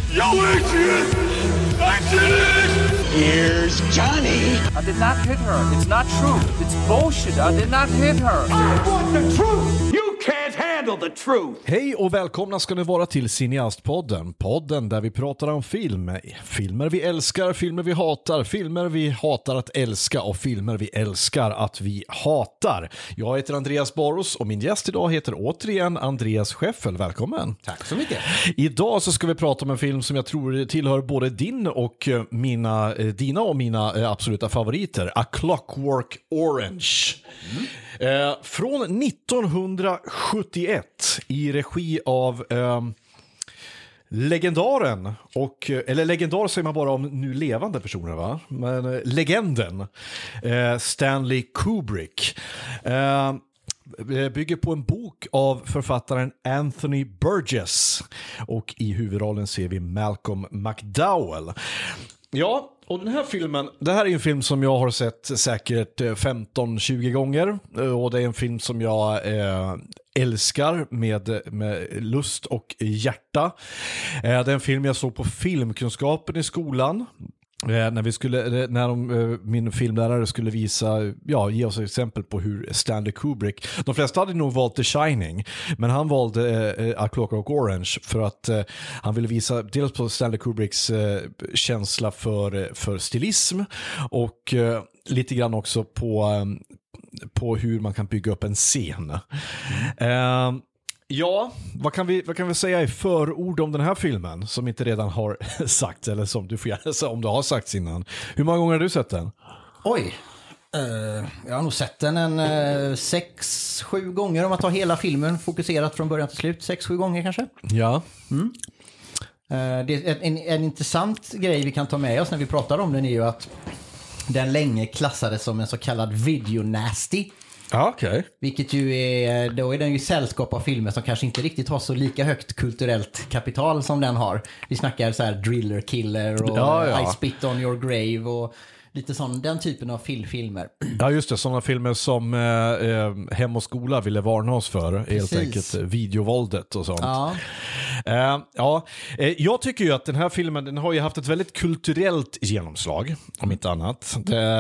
Yo, Adrian! I did it! Here's Johnny. I did not hit her. It's not true. It's bullshit. I did not hit her. I want the truth! You can't handle the truth! Hej och välkomna ska ni vara till Cineastpodden. Podden där vi pratar om film. Filmer vi älskar, filmer vi hatar, filmer vi hatar att älska och filmer vi älskar att vi hatar. Jag heter Andreas Boros och min gäst idag heter återigen Andreas Scheffel. Välkommen. Tack så mycket. Idag så ska vi prata om en film som jag tror tillhör både dina och mina absoluta favoriter. A Clockwork Orange. Från 1971 i regi av legendaren eller legendar säger man bara om nu levande personer, va? Men legenden Stanley Kubrick bygger på en bok av författaren Anthony Burgess och i huvudrollen ser vi Malcolm McDowell. Ja, och den här filmen, det här är en film som jag har sett säkert 15-20 gånger och det är en film som jag älskar med lust och hjärta. Det är en film jag såg på filmkunskapen i skolan. Min filmlärare skulle ge oss exempel på hur Stanley Kubrick, de flesta hade nog valt The Shining, men han valde A Clockwork Orange för att han ville visa dels på Stanley Kubricks känsla för stilism och lite grann också på hur man kan bygga upp en scen. Ja, vad kan vi säga i förord om den här filmen som inte redan har sagt, eller som du får gärna säga om du har sagt innan. Hur många gånger har du sett den? Oj, jag har nog sett den 6-7 gånger om man tar hela filmen fokuserat från början till slut. 6-7 gånger kanske. Ja. Det är en intressant grej vi kan ta med oss när vi pratar om den är ju att den länge klassades som en så kallad video nasty. Ja, okej. Vilket ju då är den ju sällskap av filmer som kanske inte riktigt har så lika högt kulturellt kapital som den har. Vi snackar så här Driller Killer och I Spit on Your Grave och lite sån, den typen av filmer. Ja, just det. Sådana filmer som Hem och skola ville varna oss för. Helt enkelt videovåldet och sånt. Ja. Jag tycker ju att den här filmen, den har ju haft ett väldigt kulturellt genomslag, om inte annat.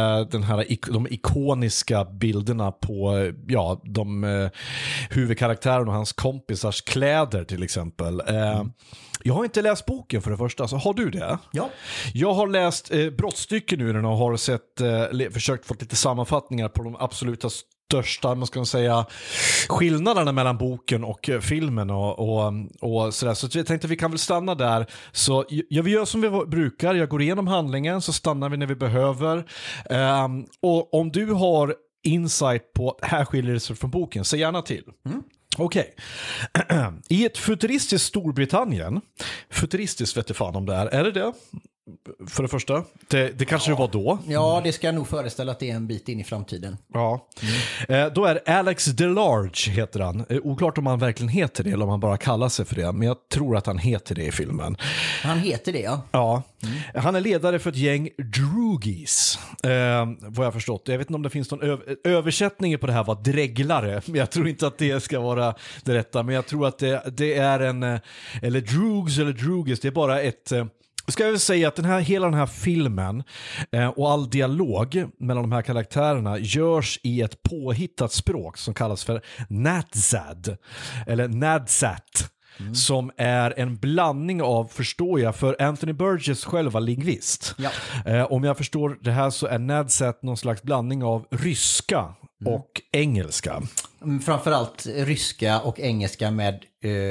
De ikoniska bilderna på de huvudkaraktärerna och hans kompisars kläder till exempel. Jag har inte läst boken för det första, så har du det? Ja. Jag har läst brottstycken nu och har försökt få lite sammanfattningar på de absoluta största, man ska säga, skillnaderna mellan boken och filmen och sådär. Så jag tänkte att vi kan väl stanna där. Så vi gör som vi brukar. Jag går igenom handlingen så stannar vi när vi behöver. Och om du har insight på här skiljer det sig från boken, så gärna till. Okej. I ett futuristiskt Storbritannien, futuristiskt vet jag fan om det är det? För det första, det kanske det var då. Ja, det ska jag nog föreställa att det är en bit in i framtiden. Ja. Då är Alex DeLarge heter han. Oklart om han verkligen heter det eller om han bara kallar sig för det. Men jag tror att han heter det i filmen. Han heter det, ja. Ja. Han är ledare för ett gäng Droogies. Vad jag förstått. Jag vet inte om det finns någon översättning på det här var dreglare. Men jag tror inte att det ska vara det rätta. Men jag tror att det är eller Droogs eller Droogies. Det är bara ett... Ska jag väl säga att hela den här filmen och all dialog mellan de här karaktärerna görs i ett påhittat språk som kallas för Nadsat eller Nadsat. Som är en blandning av, förstår jag, för Anthony Burgess själv var lingvist. Ja. Om jag förstår det här så är Nadsat någon slags blandning av ryska och engelska. Framförallt ryska och engelska med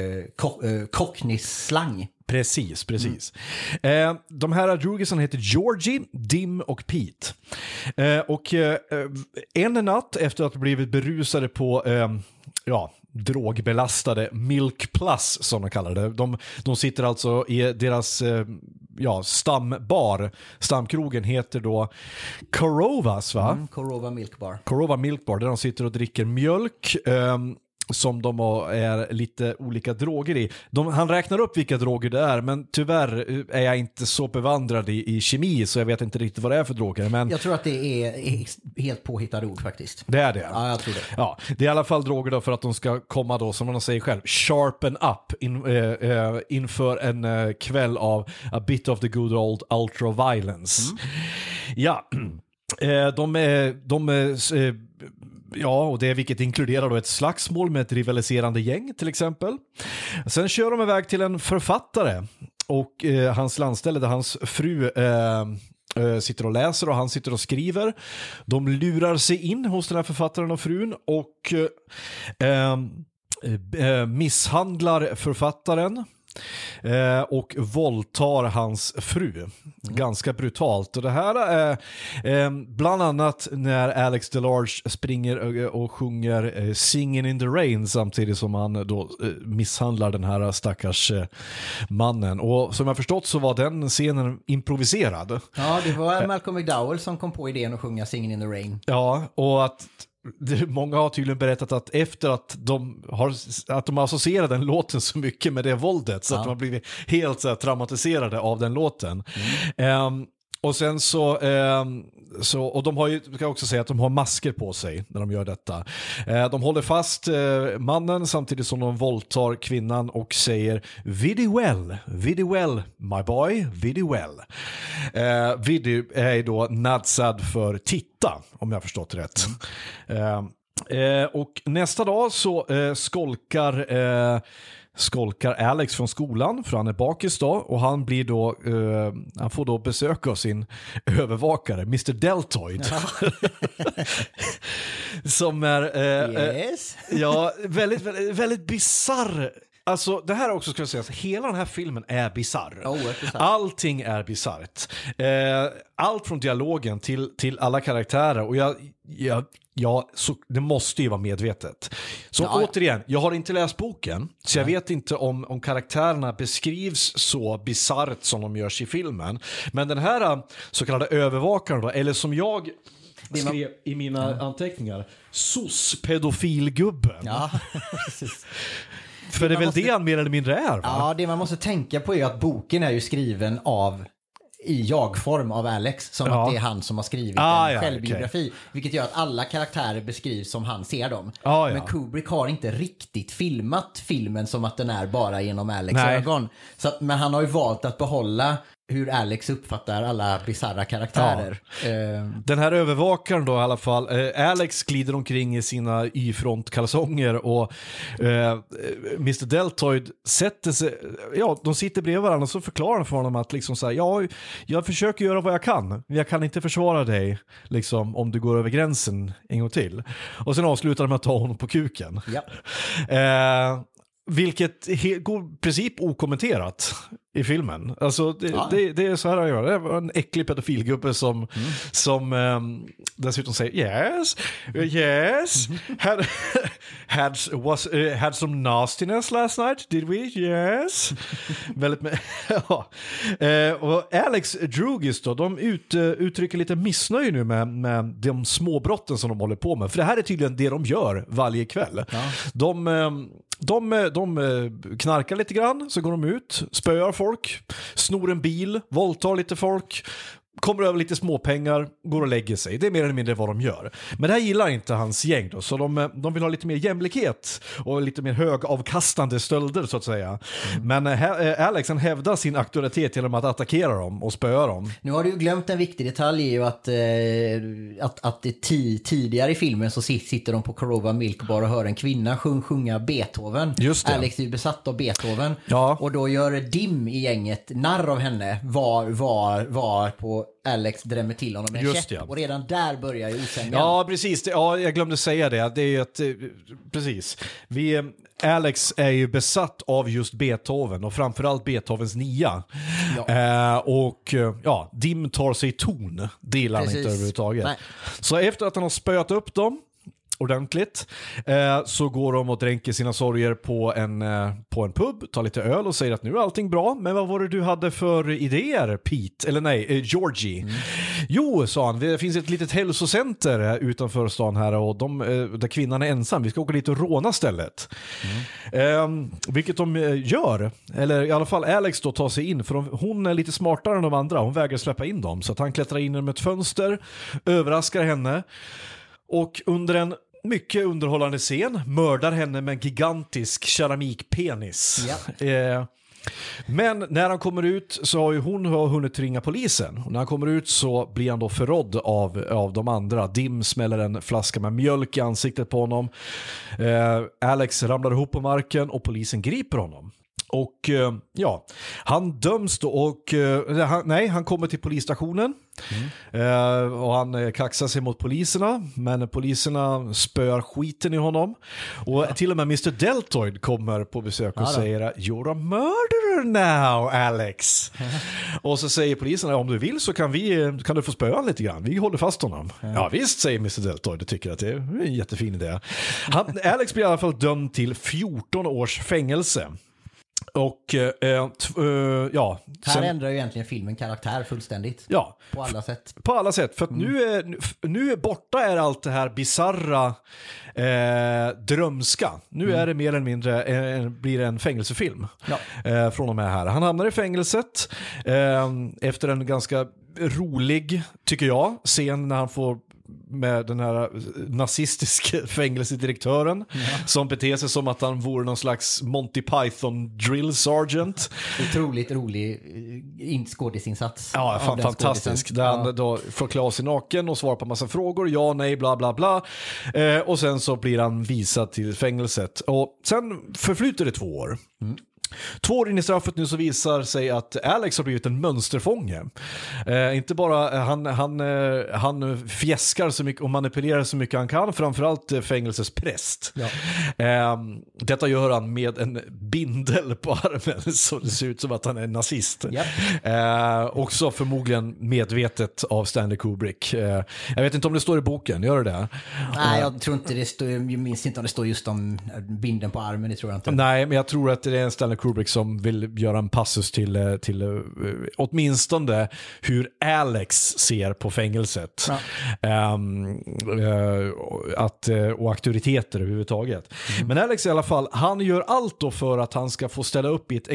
cockney-slang. Precis. De här Droogiesen heter Georgie, Dim och Pete. En natt efter att ha blivit berusade på drogbelastade Milk Plus som de kallar det. De sitter alltså i deras stambar. Stamkrogen heter då Corovas, va? Corova Milk Bar. Corova Milk Bar, där de sitter och dricker mjölk. som de är lite olika droger i. Han räknar upp vilka droger det är, men tyvärr är jag inte så bevandrad i kemi, så jag vet inte riktigt vad det är för droger. Men jag tror att det är helt påhittade ord faktiskt. Det är det? Ja, jag tror det. Ja, det är i alla fall droger då för att de ska komma då, som man säger själv, sharpen up inför en kväll av a bit of the good old ultra-violence. Ja, ja, och det vilket inkluderar då ett slagsmål med ett rivaliserande gäng till exempel. Sen kör de iväg till en författare och hans landställe där hans fru sitter och läser och han sitter och skriver. De lurar sig in hos den här författaren och frun och misshandlar författaren och våldtar hans fru ganska brutalt. Och det här är bland annat när Alex DeLarge springer och sjunger Singin' in the Rain samtidigt som han då misshandlar den här stackars mannen. Och som jag förstått så var den scenen improviserad. Ja, det var Malcolm McDowell som kom på idén att sjunga Singin' in the Rain. Ja, och att många har tydligen berättat att efter att de har associerat den låten så mycket med det våldet så att de har blivit helt så här traumatiserade av den låten. Och sen så och de har ju, kan jag också säga att de har masker på sig när de gör detta. De håller fast mannen samtidigt som de våldtar kvinnan och säger "Viddy well, my boy, viddy well." Viddy är då nadsad för titta, om jag förstått rätt. Och nästa dag så skolkar Alex från skolan för han är bakis då och han blir då han får då besök av sin övervakare Mr. Deltoid. Som är ja, väldigt, väldigt, väldigt bizarr. Alltså det här också ska jag säga, hela den här filmen är bizarr. Allting är bizarrt. Allt från dialogen till alla karaktärer och ja, så det måste ju vara medvetet. Så återigen, jag har inte läst boken så jag vet inte om karaktärerna beskrivs så bizarrt som de görs i filmen. Men den här så kallade övervakaren då, eller som jag skrev i mina anteckningar, pedofilgubben. Ja, precis. För det är väl det han mer eller mindre är, va? Ja, det man måste tänka på är att boken är ju skriven i jag-form av Alex, som att det är han som har skrivit en självbiografi, vilket gör att alla karaktärer beskrivs som han ser dem. Men Kubrick har inte riktigt filmat filmen som att den är bara genom Alex ögon. Så att, men han har ju valt att behålla hur Alex uppfattar alla bizarra karaktärer. Den här övervakaren då i alla fall, Alex glider omkring i sina Y-front-kalsonger och Mr. Deltoid sätter sig, de sitter bredvid varandra och så förklarar han för honom att liksom så här, jag försöker göra vad jag kan. Jag kan inte försvara dig liksom, om du går över gränsen en gång till. Och sen avslutar de med att ta honom på kuken. Vilket går i princip okommenterat i filmen. Alltså det är så här jag gör. Det var en äcklig pedofilgubbe som dessutom säger yes had some nastiness last night, did we? Yes. Väldigt och Alex Drugis då, de uttrycker lite missnöje nu med de småbrotten som de håller på med. För det här är tydligen det de gör varje kväll. De knarkar lite grann, så går de ut, spöar folk, snor en bil, våldtar lite folk, kommer över lite småpengar, går och lägger sig. Det är mer eller mindre vad de gör. Men det här gillar inte hans gäng då, så de vill ha lite mer jämlikhet och lite mer högavkastande stölder så att säga. Men Alex han hävdar sin auktoritet genom att attackera dem och spöa dem. Nu har du ju glömt en viktig detalj, är ju att tidigare i filmen så sitter de på Korova Milk Bar och hör en kvinna sjunga Beethoven. Just det. Alex är ju besatt av Beethoven. Och då gör Dim i gänget narr av henne var på Alex drämmer till honom med en käpp. Och redan där börjar ju osämjan. Ja, precis. Jag glömde säga det. Det är ju att, precis. Alex är ju besatt av just Beethoven och framförallt Beethovens 9. Och Dim tar sig ton. Det gillar han inte överhuvudtaget. Nej. Så efter att han har spöat upp dem ordentligt. Så går de och dränker sina sorger på en pub, tar lite öl och säger att nu är allting bra. Men vad var det du hade för idéer, Pete? Eller nej, Georgie. Jo, sa han, det finns ett litet hälsocenter utanför stan här och där kvinnan är ensam. Vi ska åka dit och råna stället. Vilket de gör. Eller i alla fall Alex då tar sig in, för hon är lite smartare än de andra. Hon vägrar släppa in dem, så att han klättrar in genom ett fönster, överraskar henne och under en mycket underhållande scen mördar henne med en gigantisk keramikpenis. Men när han kommer ut så har ju hon hunnit ringa polisen. Och när han kommer ut så blir han då förrådd av de andra. Dim smäller en flaska med mjölk i ansiktet på honom. Alex ramlar ihop på marken och polisen griper honom. Och han döms då och han kommer till polisstationen och han kaxar sig mot poliserna, men poliserna spöar skiten i honom och till och med Mr. Deltoid kommer på besök och säger you're a murderer now, Alex. Och så säger poliserna, om du vill så kan du få spöa lite grann, vi håller fast honom. Ja visst, säger Mr. Deltoid, och tycker att det är en jättefin idé. Alex blir i alla fall dömd till 14 års fängelse. Och här ändrar ju egentligen filmen karaktär fullständigt. Ja, på alla sätt. För att nu är borta är allt det här bizarra drömska. Nu är det mer eller mindre blir en fängelsefilm från och med här. Han hamnar i fängelset efter en ganska rolig, tycker jag, scen när han får med den här nazistiska fängelsedirektören som beter sig som att han vore någon slags Monty Python drill sergeant. Otroligt rolig skådisinsats. Ja, fantastisk. Där han då får klä av sig naken och svara på en massa frågor. Ja, nej, bla bla bla. Och sen så blir han visad till fängelset. Och sen förflyter det 2 år. 2 år in i straffet nu så visar sig att Alex har blivit en mönsterfånge. Inte bara han fjäskar så mycket och manipulerar så mycket han kan, framförallt fängelsets präst. Detta gör han med en bindel på armen så det ser ut som att han är nazist. Också förmodligen medvetet av Stanley Kubrick. Jag vet inte om det står i boken, gör det där? Nej, jag tror inte det står, jag minns inte om det står just om binden på armen, det tror jag inte. Nej, men jag tror att det är en Stanley Kubrick som vill göra en passus till åtminstone hur Alex ser på fängelset. Och auktoriteter överhuvudtaget. Men Alex i alla fall, han gör allt då för att han ska få ställa upp i ett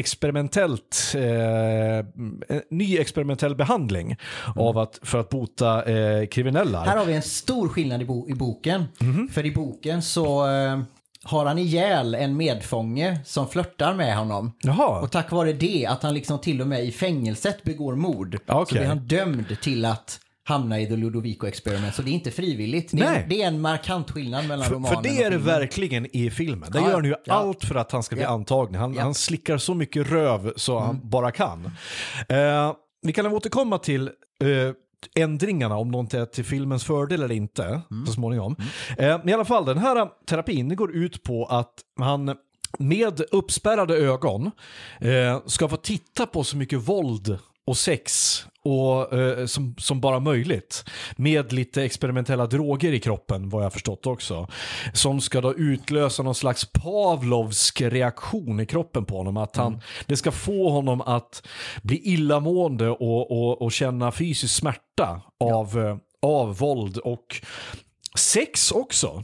ny experimentell behandling för att bota kriminella. Här har vi en stor skillnad i boken. För i boken så har han ihjäl en medfånge som flörtar med honom. Jaha. Och tack vare det, att han liksom till och med i fängelset begår mord, så blir han dömd till att hamna i The Ludovico Experiment. Så det är inte frivilligt. Det är en markant skillnad mellan romanen och filmen. För det är det verkligen i filmen. Det gör han ju allt för att han ska bli antagen. Han slickar så mycket röv så han bara kan. Vi kan återkomma till ändringarna, om de är till filmens fördel eller inte så småningom. I alla fall, den här terapin går ut på att han med uppspärrade ögon ska få titta på så mycket våld och sex och som bara möjligt, med lite experimentella droger i kroppen, vad jag förstått också, som ska då utlösa någon slags Pavlovsk reaktion i kroppen på honom, att det ska få honom att bli illamående och känna fysisk smärta av våld och sex också.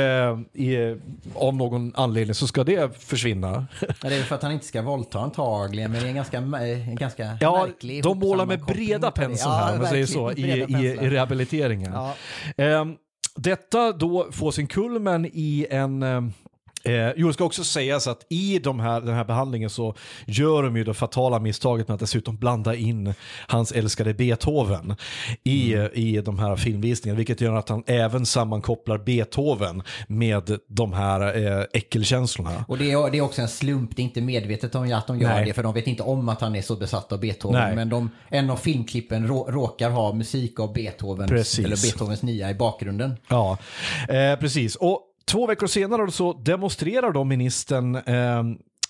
Av någon anledning så ska det försvinna. Ja, det är för att han inte ska våldta antagligen, men det är en ganska märklig. De målar med breda penslar här, man säger så, i rehabiliteringen. Detta då får sin kulmen i en det ska också sägas att i den här behandlingen så gör de ju det fatala misstaget med att dessutom blanda in hans älskade Beethoven i de här filmvisningarna, vilket gör att han även sammankopplar Beethoven med de här äckelkänslorna. Och det är också en slump, det är inte medvetet om att de gör det, för de vet inte om att han är så besatt av Beethoven. Men en av filmklippen råkar ha musik av Beethoven, eller Beethovens nya i bakgrunden. Ja, precis. Och 2 veckor senare så demonstrerar då ministern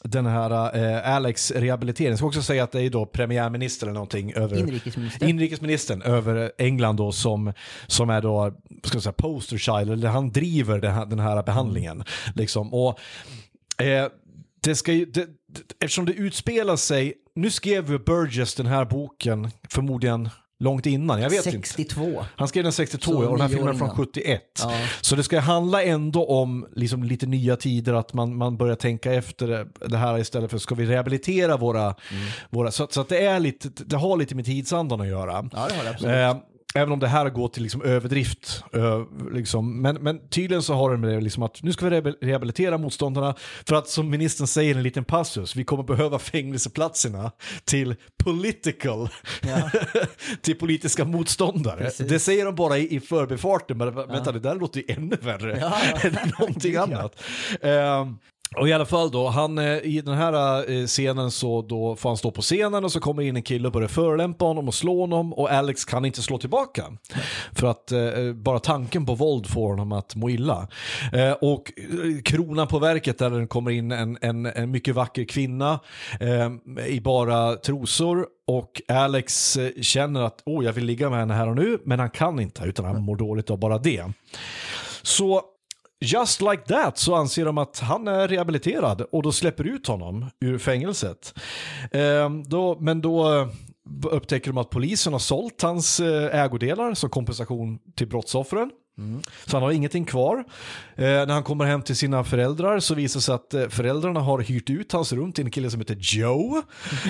den här Alex rehabilitering. Jag ska också säga att det är då premiärminister eller någonting över inrikesministern över England då som är då, ska jag säga, poster child, eller han driver den här behandlingen liksom. Och det ska ju, eftersom det utspelar sig, nu skrev Burgess den här boken förmodligen långt innan, jag vet 62. Inte. Han skrev den 62 och den här filmen från 71. Ja. Så det ska handla ändå om liksom lite nya tider, att man börjar tänka efter det här istället för ska vi rehabilitera våra så att det är lite, det har lite med tidsandan att göra. Ja, det har det absolut. Även om det här går till liksom överdrift liksom. Men tydligen så har det med det liksom att nu ska vi rehabilitera motståndarna för att, som ministern säger, en liten passus, vi kommer behöva fängelseplatserna till political till politiska motståndare. Precis. Det säger de bara i förbifarten, men vänta, det där låter ju ännu värre än någonting annat. Och i alla fall då, han i den här scenen så då får han stå på scenen och så kommer in en kille och börjar förolämpa honom och slå honom, och Alex kan inte slå tillbaka för att bara tanken på våld får honom att må illa. Och kronan på verket där den kommer in en mycket vacker kvinna i bara trosor, och Alex känner att jag vill ligga med henne här och nu, men han kan inte, utan han mår dåligt av bara det. Så just like that så anser de att han är rehabiliterad och då släpper ut honom ur fängelset. Men då upptäcker de att polisen har sålt hans ägodelar som kompensation till brottsoffren. Så han har ingenting kvar. När han kommer hem till sina föräldrar så visar sig att föräldrarna har hyrt ut hans rum till en kille som heter Joe.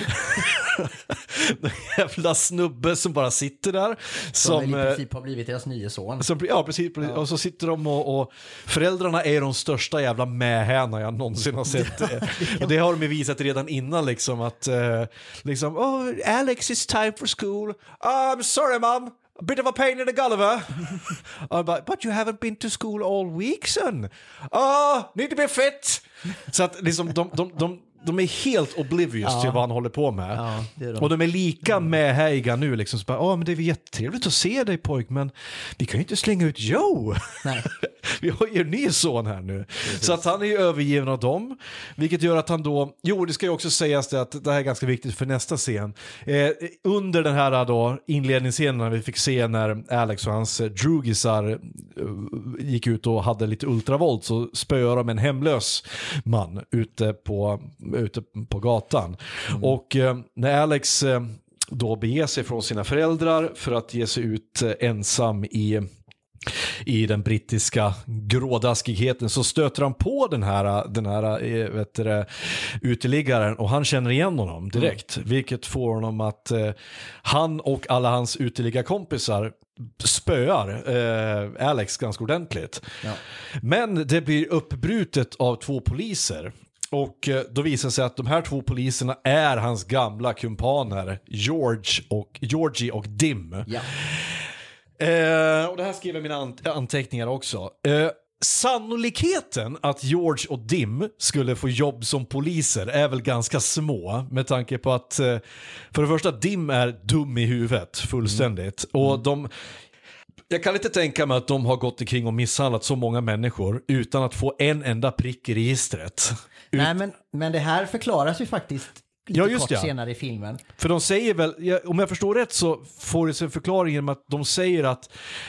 Den jävla snubbe som bara sitter där. Som i princip har blivit deras nya son. Ja, precis. Ja. Och så sitter de och föräldrarna är de största jävla mähäna jag någonsin har sett. Och det har de visat redan innan liksom att liksom, Alex, it's time for school. I'm sorry mom. A bit of a pain in the gulliver. But you haven't been to school all week, son. Need to be fit. Så att liksom de är helt oblivious till vad han håller på med. Ja, och de är lika medhäiga nu liksom. Men det är jättetrevligt att se dig, pojk, men vi kan ju inte slänga ut Joe. Nej. Vi har ju en ny son här nu. Precis. Så att han är ju övergiven av dem. Vilket gör att han då, det ska ju också sägas det att det här är ganska viktigt för nästa scen. Under den här då inledningsscenen när vi fick se när Alex och hans drugisar gick ut och hade lite ultravåld, så spöar de en hemlös man ute på gatan. Och när Alex då beger sig från sina föräldrar för att ge sig ut ensam i den brittiska grådaskigheten, så stöter han på den här uteliggaren, och han känner igen honom direkt, vilket får honom att han och alla hans uteliggarkompisar spöar Alex ganska ordentligt. Ja. Men det blir uppbrutet av 2 poliser. Och då visar sig att de här 2 poliserna är hans gamla kumpaner Georgie och Dim. Ja. Och det här skriver mina anteckningar också. Sannolikheten att George och Dim skulle få jobb som poliser är väl ganska små, med tanke på att för det första, Dim är dum i huvudet fullständigt. Och jag kan inte tänka mig att de har gått omkring och misshandlat så många människor utan att få en enda prick i registret. Nej, men det här förklaras ju faktiskt lite kort senare i filmen. För de säger väl, om jag förstår rätt så får det sig förklaringen med att de säger att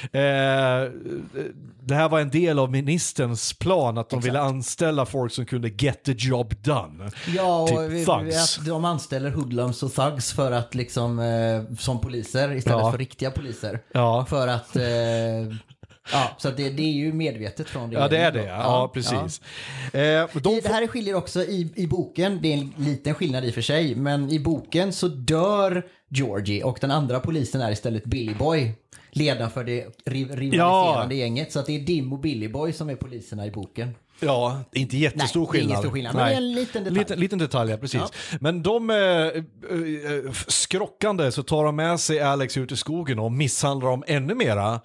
det här var en del av ministerns plan, att de ville anställa folk som kunde get the job done. Ja, och att de anställer hoodlums och thugs för att liksom som poliser istället för riktiga poliser. Ja. För att så det är ju medvetet från det. Ja, det är det. Ja, precis. Ja. Det här skiljer också i boken. Det är en liten skillnad i för sig. Men i boken så dör Georgie och den andra polisen är istället Billy Boy, ledaren för det rivaliserande gänget. Så att det är Dim och Billy Boy som är poliserna i boken. Ja, inte jättestor skillnad. Ingen stor skillnad, men det är en liten detalj. Liten detalj, ja, precis. Ja. Men de skrockande så tar de med sig Alex ut i skogen och misshandlar dem ännu mera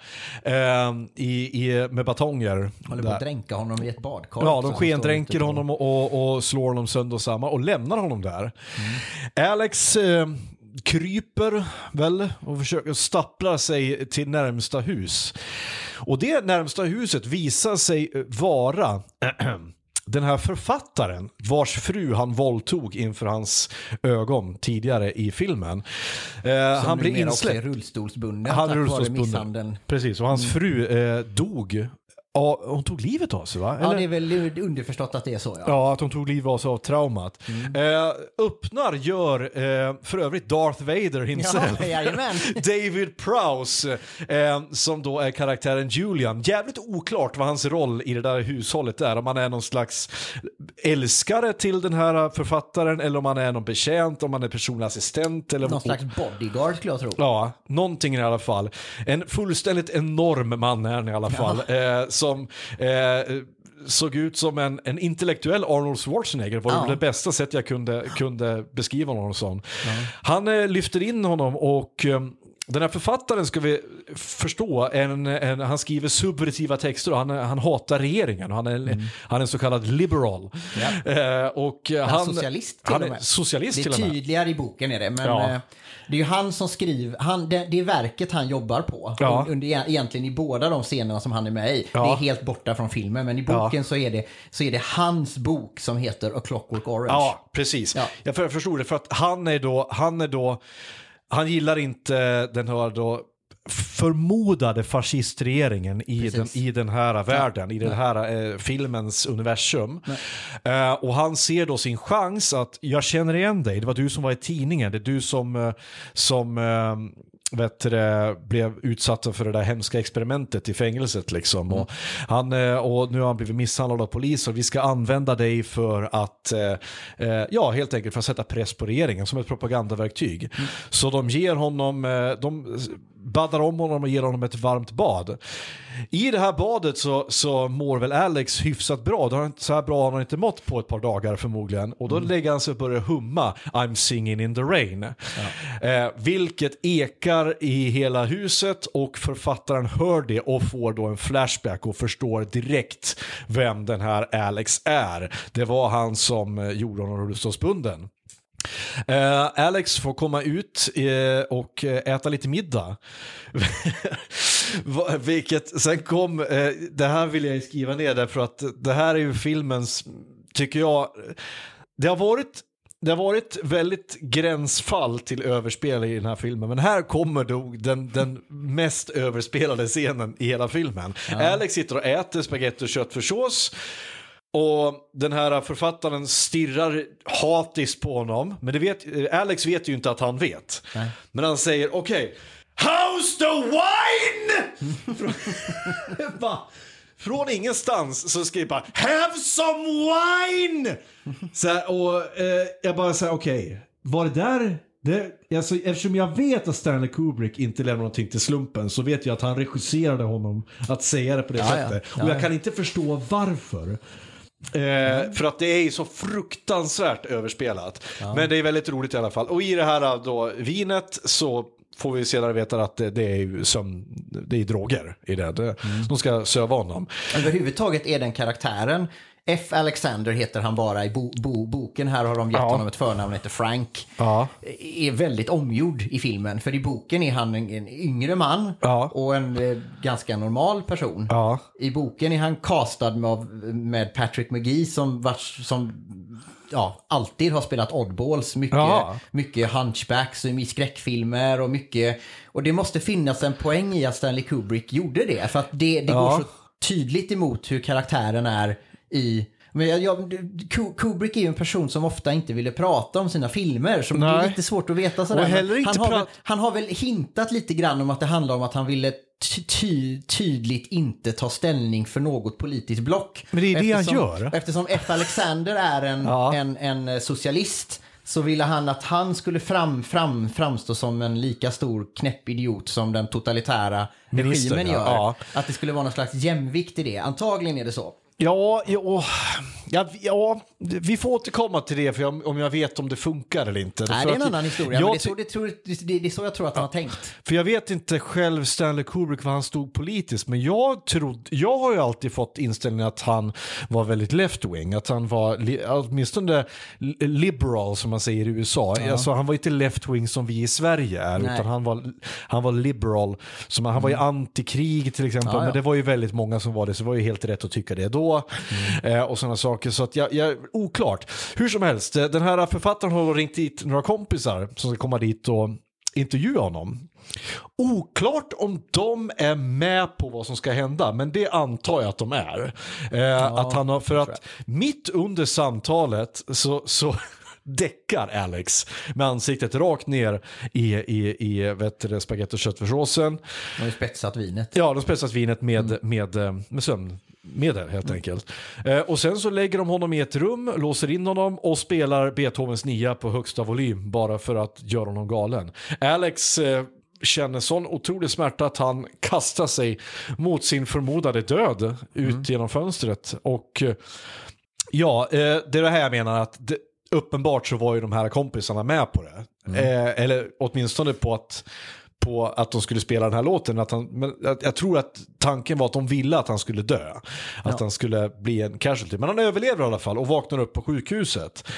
med batonger. Håller på att dränka honom i ett badkar. Ja, de skendränker honom och slår honom sönder och samman och lämnar honom där. Alex kryper väl och försöker stappla sig till närmsta hus. Och det närmsta huset visar sig vara den här författaren vars fru han våldtog inför hans ögon tidigare i filmen. Han blev insläppt. Rullstolsbunden. Han är rullstolsbunden. Precis, och hans fru dog. Ja, hon tog livet av sig, va? Eller? Ja, det är väl underförstått att det är så, ja. Ja, att hon tog livet av sig av traumat. Öppnar gör för övrigt Darth Vader himself. Ja, David Prowse, som då är karaktären Julian. Jävligt oklart vad hans roll i det där hushållet är. Om man är någon slags älskare till den här författaren, eller om man är någon betjänt, om man är personlig assistent. Eller någon slags bodyguard, skulle jag tro. Ja, någonting i alla fall. En fullständigt enorm man är han i alla fall. Som såg ut som en intellektuell Arnold Schwarzenegger. Var det bästa sätt jag kunde beskriva honom som. Han lyfter in honom och den här författaren, ska vi förstå, han skriver subversiva texter och han hatar regeringen. Han är en så kallad liberal. Och han socialist till och med. Socialist till och med. Det är tydligare i boken är det, men det är ju han som skriver, det är verket han jobbar på. Egentligen i båda de scenerna som han är med i. Det är helt borta från filmen, men i boken så är det hans bok som heter A Clockwork Orange. Ja, precis. Jag förstod det, för att han gillar inte den här då förmodade fascistregeringen i den här världen, i den här filmens universum. Och han ser då sin chans att jag känner igen dig, det var du som var i tidningen, det är du som blev utsatta för det där hemska experimentet i fängelset liksom. Och nu har han blivit misshandlad av polis och vi ska använda dig för att helt enkelt för att sätta press på regeringen som ett propagandaverktyg. Så de ger honom baddar om honom och ger honom ett varmt bad. I det här badet så mår väl Alex hyfsat bra. Så här bra har han inte mått på ett par dagar förmodligen. Och då lägger han sig och börjar humma I'm singing in the rain. Vilket ekar i hela huset och författaren hör det och får då en flashback och förstår direkt vem den här Alex är. Det var han som gjorde honom rullstolsbunden. Alex får komma ut och äta lite middag. Vilket sen kom, det här vill jag skriva ner därför att det här är ju filmens, tycker jag, det har varit väldigt gränsfall till överspel i den här filmen, men här kommer då den mest överspelade scenen i hela filmen. Alex sitter och äter spaghetti och köttfärssås. Och den här författaren stirrar hatiskt på honom. Men Alex vet ju inte att han vet. Nej. Men han säger, okej, how's the wine? Från ingenstans så skriver bara, have some wine! Så här, och jag bara säger, okej, var det där... Alltså, eftersom jag vet att Stanley Kubrick inte lämnar någonting till slumpen så vet jag att han regisserade honom att säga det på det sättet. Och jag kan inte förstå varför. För att det är ju så fruktansvärt överspelat. Men det är väldigt roligt i alla fall. Och i det här då vinet så får vi senare veta att det är ju det är droger i det. De ska söva honom. Överhuvudtaget är den karaktären F. Alexander heter han bara i boken. Här har de gett honom ett förnamn, han heter Frank. Är väldigt omgjord i filmen. För i boken är han en yngre man och en ganska normal person. I boken är han castad med Patrick McGee som alltid har spelat oddballs. Mycket hunchbacks i skräckfilmer och mycket. Och det måste finnas en poäng i att Stanley Kubrick gjorde det. För att det går så tydligt emot hur karaktären är Kubrick är ju en person som ofta inte ville prata om sina filmer, så det är lite svårt att veta sådär. Han har väl hintat lite grann om att det handlar om att han ville tydligt inte ta ställning för något politiskt block. Men det är det han gör. Eftersom F. Alexander är en socialist, så ville han att han skulle framstå som en lika stor knäppidiot som den totalitära regimen gör. Att det skulle vara någon slags jämvikt i det. Antagligen är det så. vi får återkomma till det om jag vet om det funkar eller inte. Nej, det är en annan historia, men det är så jag tror att han har tänkt. För jag vet inte själv Stanley Kubrick vad han stod politiskt, men jag har ju alltid fått inställningen att han var väldigt left-wing, att han var åtminstone liberal som man säger i USA. Alltså, han var inte left-wing som vi i Sverige är, utan han var liberal, som han var ju antikrig till exempel, men det var ju väldigt många som var det, så det var ju helt rätt att tycka det då och sådana saker, så att jag oklart. Hur som helst, den här författaren har ringt dit några kompisar som ska komma dit och intervjua honom. Oklart om de är med på vad som ska hända, men det antar jag att de är. Att han har, för att mitt under samtalet så däckar Alex med ansiktet rakt ner i spagetti och köttfärssåsen. De har spetsat vinet. Ja, de spetsat vinet med sömnmedel helt enkelt. Och sen så lägger de honom i ett rum, låser in honom och spelar Beethovens 9 på högsta volym bara för att göra honom galen. Alex känner sån otrolig smärta att han kastar sig mot sin förmodade död ut genom fönstret. Och det är det här jag menar, att uppenbart så var ju de här kompisarna med på det. Eller åtminstone på att de skulle spela den här låten. Men jag tror att tanken var att de ville att han skulle dö. Att han skulle bli en casualty. Men han överlever i alla fall och vaknar upp på sjukhuset.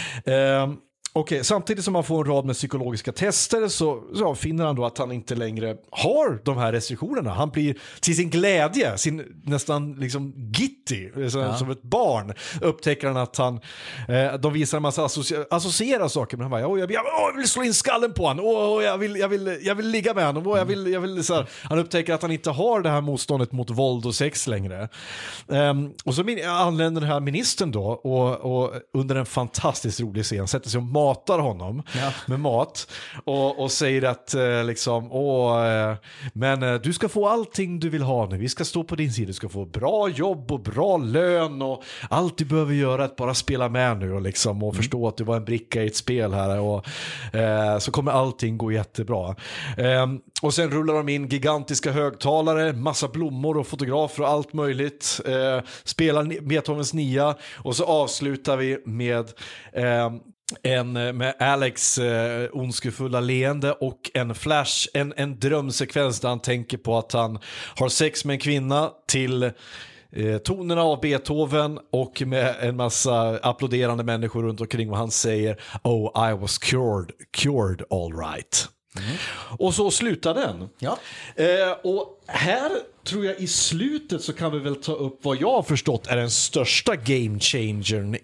Okej, samtidigt som han får en rad med psykologiska tester så finner han då att han inte längre har de här restriktionerna. Han blir till sin glädje, sin nästan liksom gitty, som ett barn, upptäcker han att han de visar en massa associera saker, men han bara, jag vill slå in skallen på han, jag vill ligga med han, jag vill så här. Han upptäcker att han inte har det här motståndet mot våld och sex längre. Och så anländer den här ministern då och under en fantastiskt rolig scen sätter sig och matar honom med mat och säger att men du ska få allting du vill ha nu. Vi ska stå på din sida. Du ska få bra jobb och bra lön och allt du behöver göra är att bara spela med nu och förstå att du var en bricka i ett spel här och så kommer allting gå jättebra. Och sen rullar de in gigantiska högtalare, massa blommor och fotografer och allt möjligt. Spelar Beethovens 9 och så avslutar vi med med Alex ondskefulla leende och en flash, en drömsekvens där han tänker på att han har sex med en kvinna till tonerna av Beethoven och med en massa applåderande människor runt omkring och han säger "Oh, I was cured all right." Och så slutar den. Och här tror jag i slutet så kan vi väl ta upp vad jag har förstått är den största game changern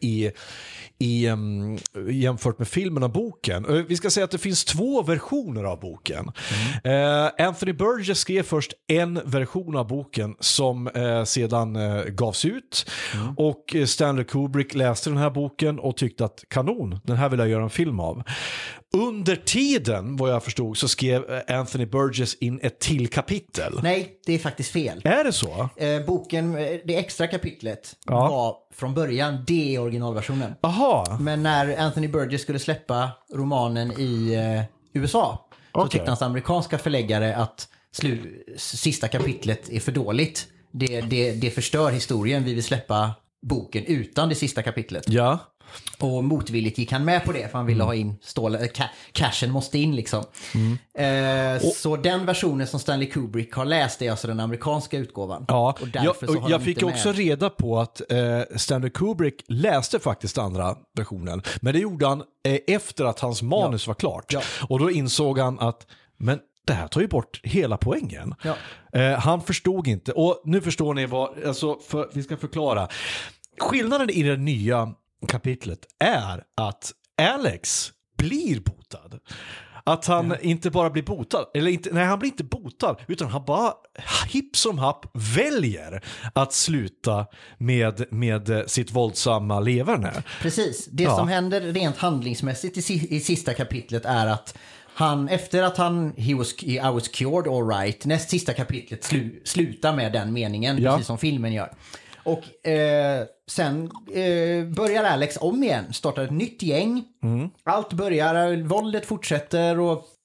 jämfört med filmen och boken. Vi ska säga att det finns 2 versioner av boken. Anthony Burgess skrev först en version av boken som sedan gavs ut och Stanley Kubrick läste den här boken och tyckte att kanon, den här vill jag göra en film av. Under tiden, vad jag förstod, så skrev Anthony Burgess in ett till kapitel. Nej, det är faktiskt fel. Är det så? Boken, det extra kapitlet var från början det originalversionen. Aha. Men när Anthony Burgess skulle släppa romanen i USA så tyckte hans amerikanska förläggare att sista kapitlet är för dåligt. Det förstör historien. Vi vill släppa boken utan det sista kapitlet. Ja. Och motvilligt gick han med på det för han ville ha in cashen måste in liksom. Så den versionen som Stanley Kubrick har läst är alltså den amerikanska utgåvan. Ja, och därför så har jag fick också reda på att Stanley Kubrick läste faktiskt andra versionen. Men det gjorde han efter att hans manus var klart. Ja. Och då insåg han att men det här tar ju bort hela poängen. Ja. Han förstod inte. Och nu förstår ni vad, alltså vi ska förklara. Skillnaden i det nya kapitlet är att Alex blir botad. Att han inte bara blir botad, eller inte, nej han blir inte botad, utan han bara hipp som happ väljer att sluta med sitt våldsamma leverne. Precis, det som händer rent handlingsmässigt i sista kapitlet är att han, efter att I was cured all right, näst sista kapitlet slutar med den meningen, precis som filmen gör. Och sen börjar Alex om igen, startar ett nytt gäng. Allt börjar, våldet fortsätter och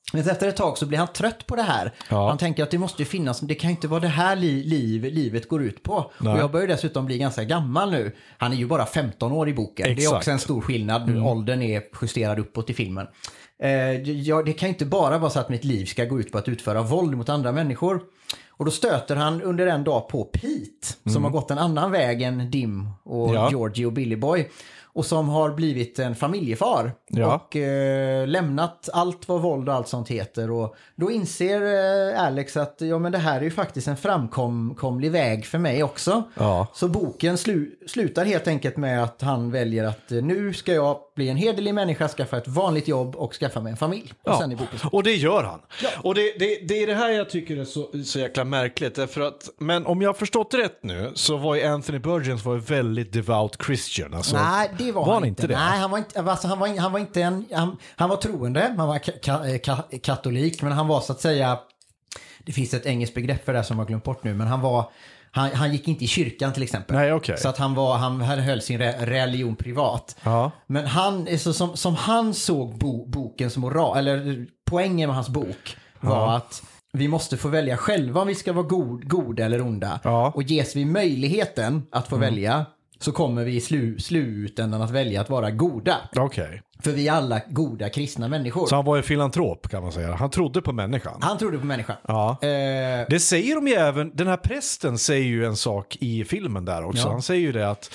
Men efter ett tag så blir han trött på det här. Ja. Han tänker att det måste finnas, det kan inte vara det här livet går ut på. Nej. Och jag börjar dessutom bli ganska gammal nu. Han är ju bara 15 år i boken. Exakt. Det är också en stor skillnad. Åldern är justerad uppåt i filmen. Det kan inte bara vara så att mitt liv ska gå ut på att utföra våld mot andra människor. Och då stöter han under en dag på Pete, som har gått en annan väg än Dim och Georgie och Billy Boy. Och som har blivit en familjefar. Och lämnat allt vad våld och allt sånt heter. Och då inser Alex att men det här är ju faktiskt en framkomlig väg för mig också. Ja. Så boken slutar helt enkelt med att han väljer att nu ska jag bli en hederlig människa, skaffa ett vanligt jobb och skaffa mig en familj. Och sen i boken. Och det gör han. Ja. Och det är det här jag tycker är så jäkla märkligt. Därför att, men om jag har förstått rätt nu så var ju Anthony Burgess väldigt devout Christian. Alltså, nej, det var han inte. Det? Nej, han var inte han var troende, han var katolik, men han var så att säga, det finns ett engelskt begrepp för det som jag glömt bort nu, men han gick inte i kyrkan till exempel. Nej, okay. Så att han höll sin religion privat. Ja. Men han, som han såg bokens moral, eller poängen med hans bok var att vi måste få välja själva om vi ska vara goda eller onda. Ja. Och ges vi möjligheten att få välja, så kommer vi i slutändan att välja att vara goda. Okay. För vi är alla goda kristna människor. Så han var en filantrop kan man säga. Han trodde på människan. Han trodde på människan. Ja. Det säger de ju även, den här prästen säger ju en sak i filmen där också. Ja. Han säger ju det att,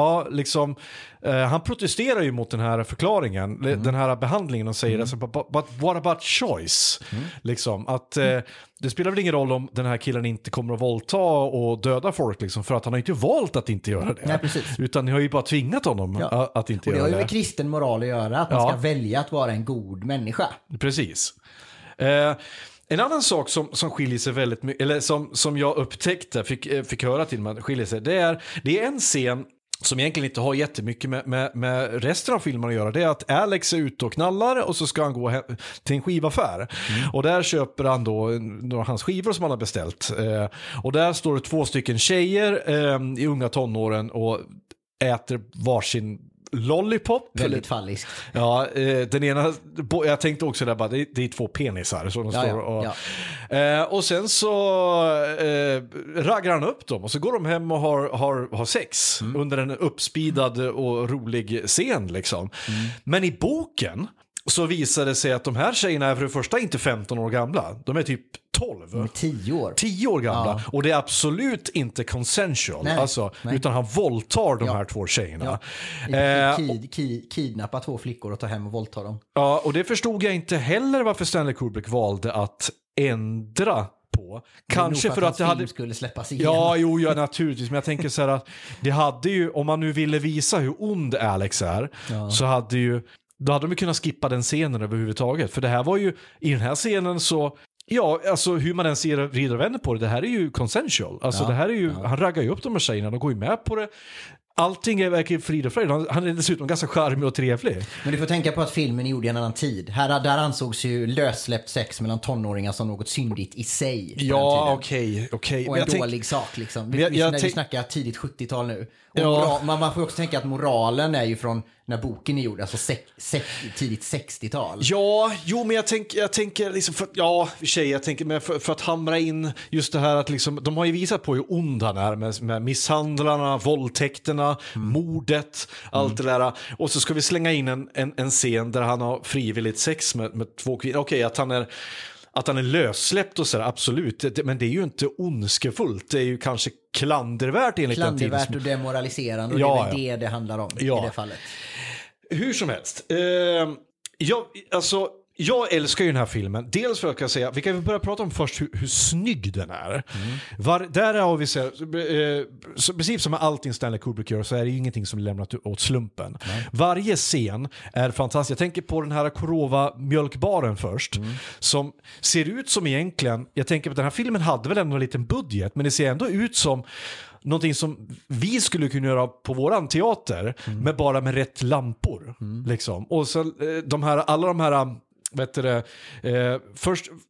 han protesterar ju mot den här förklaringen, den här behandlingen och säger alltså, but what about choice? Liksom, att det spelar väl ingen roll om den här killen inte kommer att våldta och döda folk liksom, för att han har inte valt att inte göra det. Nej, precis. Utan ni har ju bara tvingat honom att inte göra det. Och det har ju med kristen moral att göra, att man ska välja att vara en god människa. Precis. En annan sak som skiljer sig väldigt mycket, eller som jag upptäckte, fick höra till mig skiljer sig, det är en scen som egentligen inte har jättemycket med resten av filmen att göra. Det är att Alex är ute och knallar och så ska han gå till en skivaffär. Och där köper han då hans skivor som han har beställt. Och där står det 2 stycken tjejer i unga tonåren och äter varsin lollipop. Väldigt falliskt. Ja, den ena, jag tänkte också där bara, det är 2 penisar så de står och sen så raggar han upp dem och så går de hem och har sex under en uppspeedad och rolig scen liksom. Men i boken så visar det sig att de här tjejerna är för det första inte 15 år gamla. De är typ 12. De är 10 år. 10 år gamla. Ja. Och det är absolut inte consensual. Utan han våldtar de här 2 tjejerna. Ja. Kidnappa 2 flickor och ta hem och våldta dem. Ja, och det förstod jag inte heller varför Stanley Kubrick valde att ändra på. Kanske för att det hade skulle släppas igen. Ja, naturligtvis. Men jag tänker så här att det hade ju, om man nu ville visa hur ond Alex är, så då hade de kunnat skippa den scenen överhuvudtaget. För det här var ju, i den här scenen så, alltså hur man än ser vrider och vänder på det här är ju consensual. Alltså det här är ju, han raggar ju upp de här tjejerna, de går ju med på det. Allting är verkligen frid och fröjd. Han är dessutom ganska charmig och trevlig. Men du får tänka på att filmen är gjord i en annan tid. Där ansågs ju lössläppt sex mellan tonåringar som något syndigt i sig. Ja, okej. Och en dålig sak liksom. När vi snackar tidigt 70-tal nu. Och man får också tänka att moralen är ju från när boken är gjord, alltså tidigt 60-tal. Ja, men jag tänker liksom för att hamra in just det här att liksom, de har ju visat på hur ond han är med misshandlarna, våldtäkterna, mordet, allt det där. Och så ska vi slänga in en scen där han har frivilligt sex med 2 kvinnor. Okej, att han är lössläppt och så där, absolut. Men det är ju inte ondskefullt. Det är ju kanske klandervärt enligt den tiden. Klandervärt och demoraliserande. Och det är väl det handlar om i det fallet. Hur som helst. Jag älskar ju den här filmen. Dels för att jag kan säga, vi kan börja prata om först hur snygg den är. Där har vi så precis som med allting Stanley Kubrick gör så är det ju ingenting som lämnat åt slumpen. Varje scen är fantastisk. Jag tänker på den här Korova mjölkbaren först som ser ut som egentligen, jag tänker att den här filmen hade väl ändå en liten budget, men det ser ändå ut som någonting som vi skulle kunna göra på våran teater med rätt lampor liksom. Och så alla de här först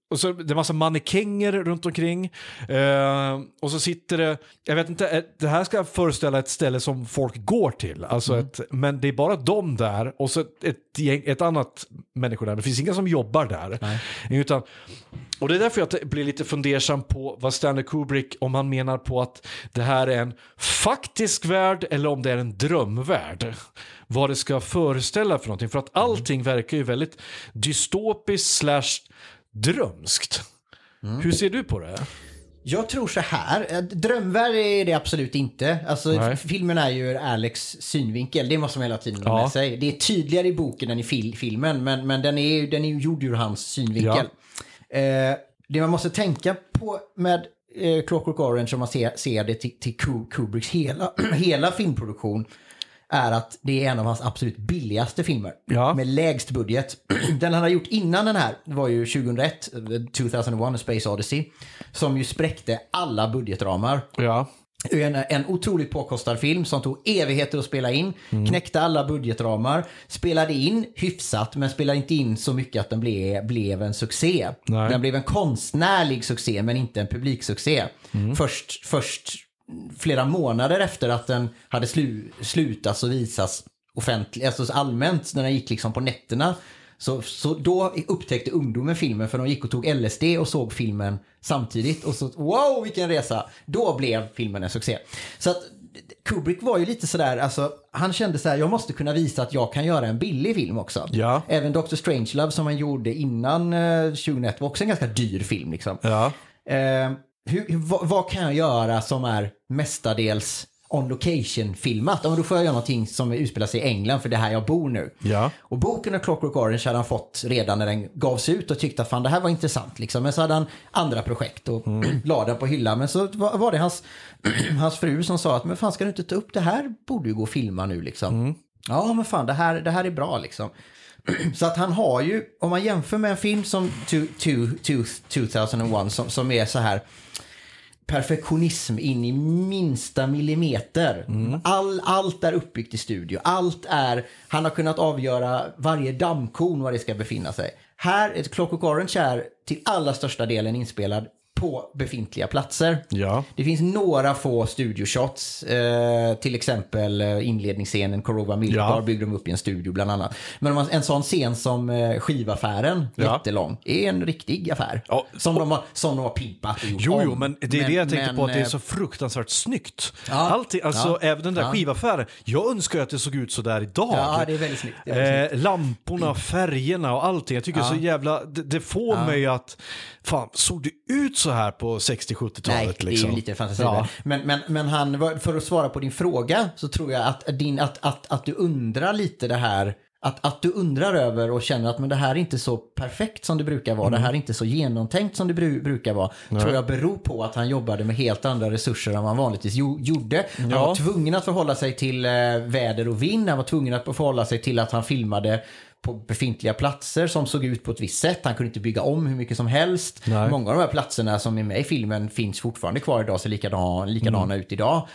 och så det är massa mannekänger runt omkring. Och så sitter det, jag vet inte, det här ska föreställa ett ställe som folk går till. Alltså men det är bara de där och så ett annat människor där. Det finns inga som jobbar där. Utan, och det är därför jag blir lite fundersam på vad Stanley Kubrick, om han menar på att det här är en faktisk värld eller om det är en drömvärld. Vad det ska föreställa för någonting. För att allting verkar ju väldigt dystopiskt / drömskt. Hur ser du på det? Jag tror så här, drömvärld är det absolut inte. Alltså filmen är ju Alex synvinkel, det måste man hela tiden ha med sig. Det är tydligare i boken än i filmen, men den är ju gjord ur hans synvinkel. Det man måste tänka på med Clockwork Orange, om man ser det till Kubricks hela filmproduktion, är att det är en av hans absolut billigaste filmer. Med lägst budget. Den han har gjort innan den här var ju 2001, 2001 A Space Odyssey, som ju spräckte alla budgetramar. En otroligt påkostad film som tog evigheter att spela in, knäckte alla budgetramar, spelade in hyfsat men spelade inte in så mycket att den blev en succé. Den blev en konstnärlig succé men inte en publiksuccé. Först flera månader efter att den hade slutat och visas offentligt, alltså allmänt, när den gick liksom på nätterna, så då upptäckte ungdomen filmen, för de gick och tog LSD och såg filmen samtidigt och så, wow, vilken resa, då blev filmen en succé. Så att Kubrick var ju lite sådär, alltså han kände så här, jag måste kunna visa att jag kan göra en billig film också. Även Dr. Strangelove som han gjorde innan 2001 var också en ganska dyr film liksom. Vad kan jag göra som är mestadels on location filmat? Då får jag göra någonting som utspelar sig i England, för det här jag bor nu. Och boken av Clockwork Orange hade han fått redan när den gavs ut och tyckte att fan, det här var intressant liksom. Men så hade han andra projekt och la den på hyllan. Men så var det hans fru som sa att men fan, ska du inte ta upp det här? Borde ju gå och filma nu liksom. Ja men fan, det här är bra liksom. Så att han har ju, om man jämför med en film som 2001 som är så här perfektionism in i minsta millimeter. Allt är uppbyggt i studio. Han har kunnat avgöra varje dammkorn var det ska befinna sig. Här, ett Clockwork Orange är till allra största delen inspelad på befintliga platser. Det finns några få studioshots, till exempel inledningsscenen Korova Milkbar byggde de upp i en studio bland annat. Men en sån scen som skivaffären, jättelång, är en riktig affär. Som de har pimpat och gjort. Jo, men det är det jag tänkte på, att det är så fruktansvärt snyggt. Alltid, alltså även den där skivaffären. Jag önskar att det såg ut så där idag. Ja, det är väldigt snyggt. Lamporna, färgerna och allting. Jag tycker så jävla, det får mig att fan, såg det ut så här på 60-70-talet? Nej, det är ju lite fantasi. Men han, för att svara på din fråga, så tror jag att du undrar lite det här, att du undrar över och känner att men det här är inte så perfekt som det brukar vara, det här är inte så genomtänkt som det brukar vara, tror jag beror på att han jobbade med helt andra resurser än man vanligtvis gjorde. Han var tvungen att förhålla sig till väder och vind, han var tvungen att förhålla sig till att han filmade på befintliga platser som såg ut på ett visst sätt. Han kunde inte bygga om hur mycket som helst. Många av de här platserna som är med i filmen finns fortfarande kvar idag, så likadana ut idag.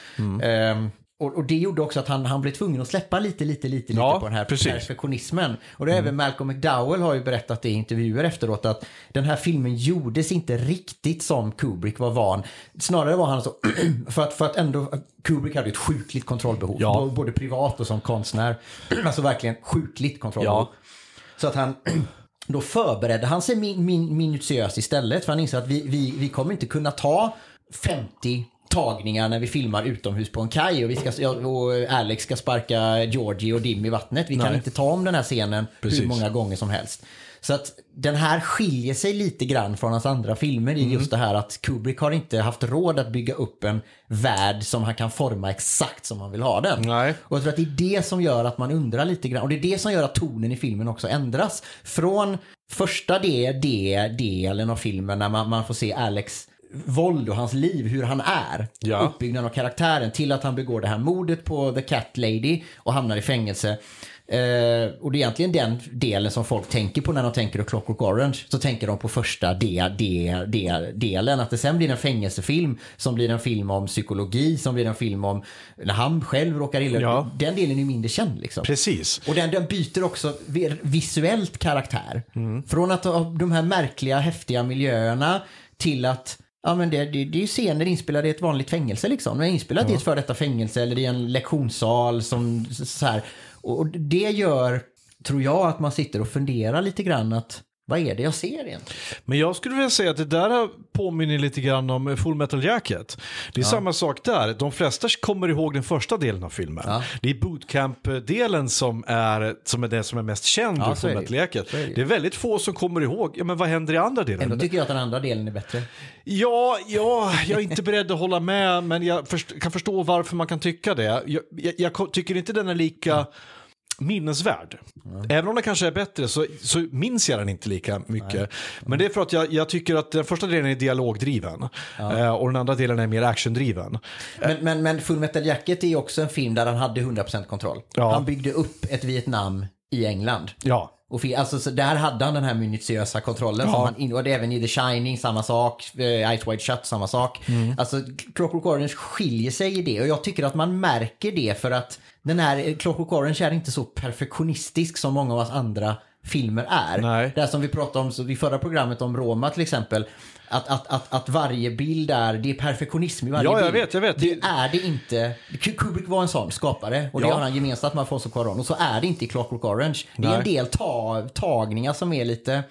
Och det gjorde också att han blev tvungen att släppa lite på den här perfektionismen. Och det även Malcolm McDowell har ju berättat i intervjuer efteråt att den här filmen gjordes inte riktigt som Kubrick var van. Snarare var han så för att ändå Kubrick hade ett sjukligt kontrollbehov, både privat och som konstnär. Alltså verkligen sjukligt kontrollbehov. Så att då förberedde han sig minutiöst istället, för han insåg att vi kommer inte kunna ta 50 tagningar när vi filmar utomhus på en kaj och Alex ska sparka Georgie och Dim i vattnet. Vi kan inte ta om den här scenen hur många gånger som helst. Så att den här skiljer sig lite grann från hans andra filmer i just det här att Kubrick har inte haft råd att bygga upp en värld som han kan forma exakt som han vill ha den. Och jag tror att det är det som gör att man undrar lite grann, och det är det som gör att tonen i filmen också ändras från första delen av filmen när man får se Alex våld och hans liv, hur han är, uppbyggnaden av karaktären, till att han begår det här mordet på The Cat Lady och hamnar i fängelse. Och det är egentligen den delen som folk tänker på när de tänker på Clockwork Orange. Så tänker de på första delen. Att det sen blir en fängelsefilm som blir en film om psykologi, som blir en film om när han själv råkar illa. Ja. Den delen är mindre känd liksom. Precis. Och den byter också visuellt karaktär. Från att ha de här märkliga, häftiga miljöerna till att ja, men det är scener inspelade i ett vanligt fängelse liksom. De är inspelade i ett för detta fängelse eller i en lektionssal som så här. Och det gör, tror jag, att man sitter och funderar lite grann att vad är det jag ser egentligen? Men jag skulle vilja säga att det där påminner lite grann om Full Metal Jacket. Det är samma sak där. De flesta kommer ihåg den första delen av filmen. Ja. Det är bootcamp-delen som är det som är mest känd av Full Metal Jacket. Det är väldigt få som kommer ihåg. Ja, men vad händer i andra delen? Ändå tycker jag att den andra delen är bättre. Ja, jag är inte beredd att hålla med, men jag kan förstå varför man kan tycka det. Jag tycker inte den är lika minnesvärd. Även om den kanske är bättre så minns jag den inte lika mycket. Nej. Men det är för att jag tycker att den första delen är dialogdriven och den andra delen är mer actiondriven. Men Full Metal Jacket är också en film där han hade 100% kontroll. Ja. Han byggde upp ett Vietnam i England. Ja. Och alltså, så där hade han den här minutiösa kontrollen som han, och det även i The Shining samma sak, Eyes Wide Shut samma sak. Alltså Clockwork Orange skiljer sig i det och jag tycker att man märker det för att den här Clockwork Orange är inte så perfektionistisk som många av oss andra filmer är. Nej. Det som vi pratade om i förra programmet om Roma till exempel, att varje bild det är perfektionism i varje bild. Jag vet. Det är det inte. Kubrick var en sån skapare och det har han gemensamt med Alfonso Cuarón och så är det inte i Clockwork Orange. Det är en del tagningar som är lite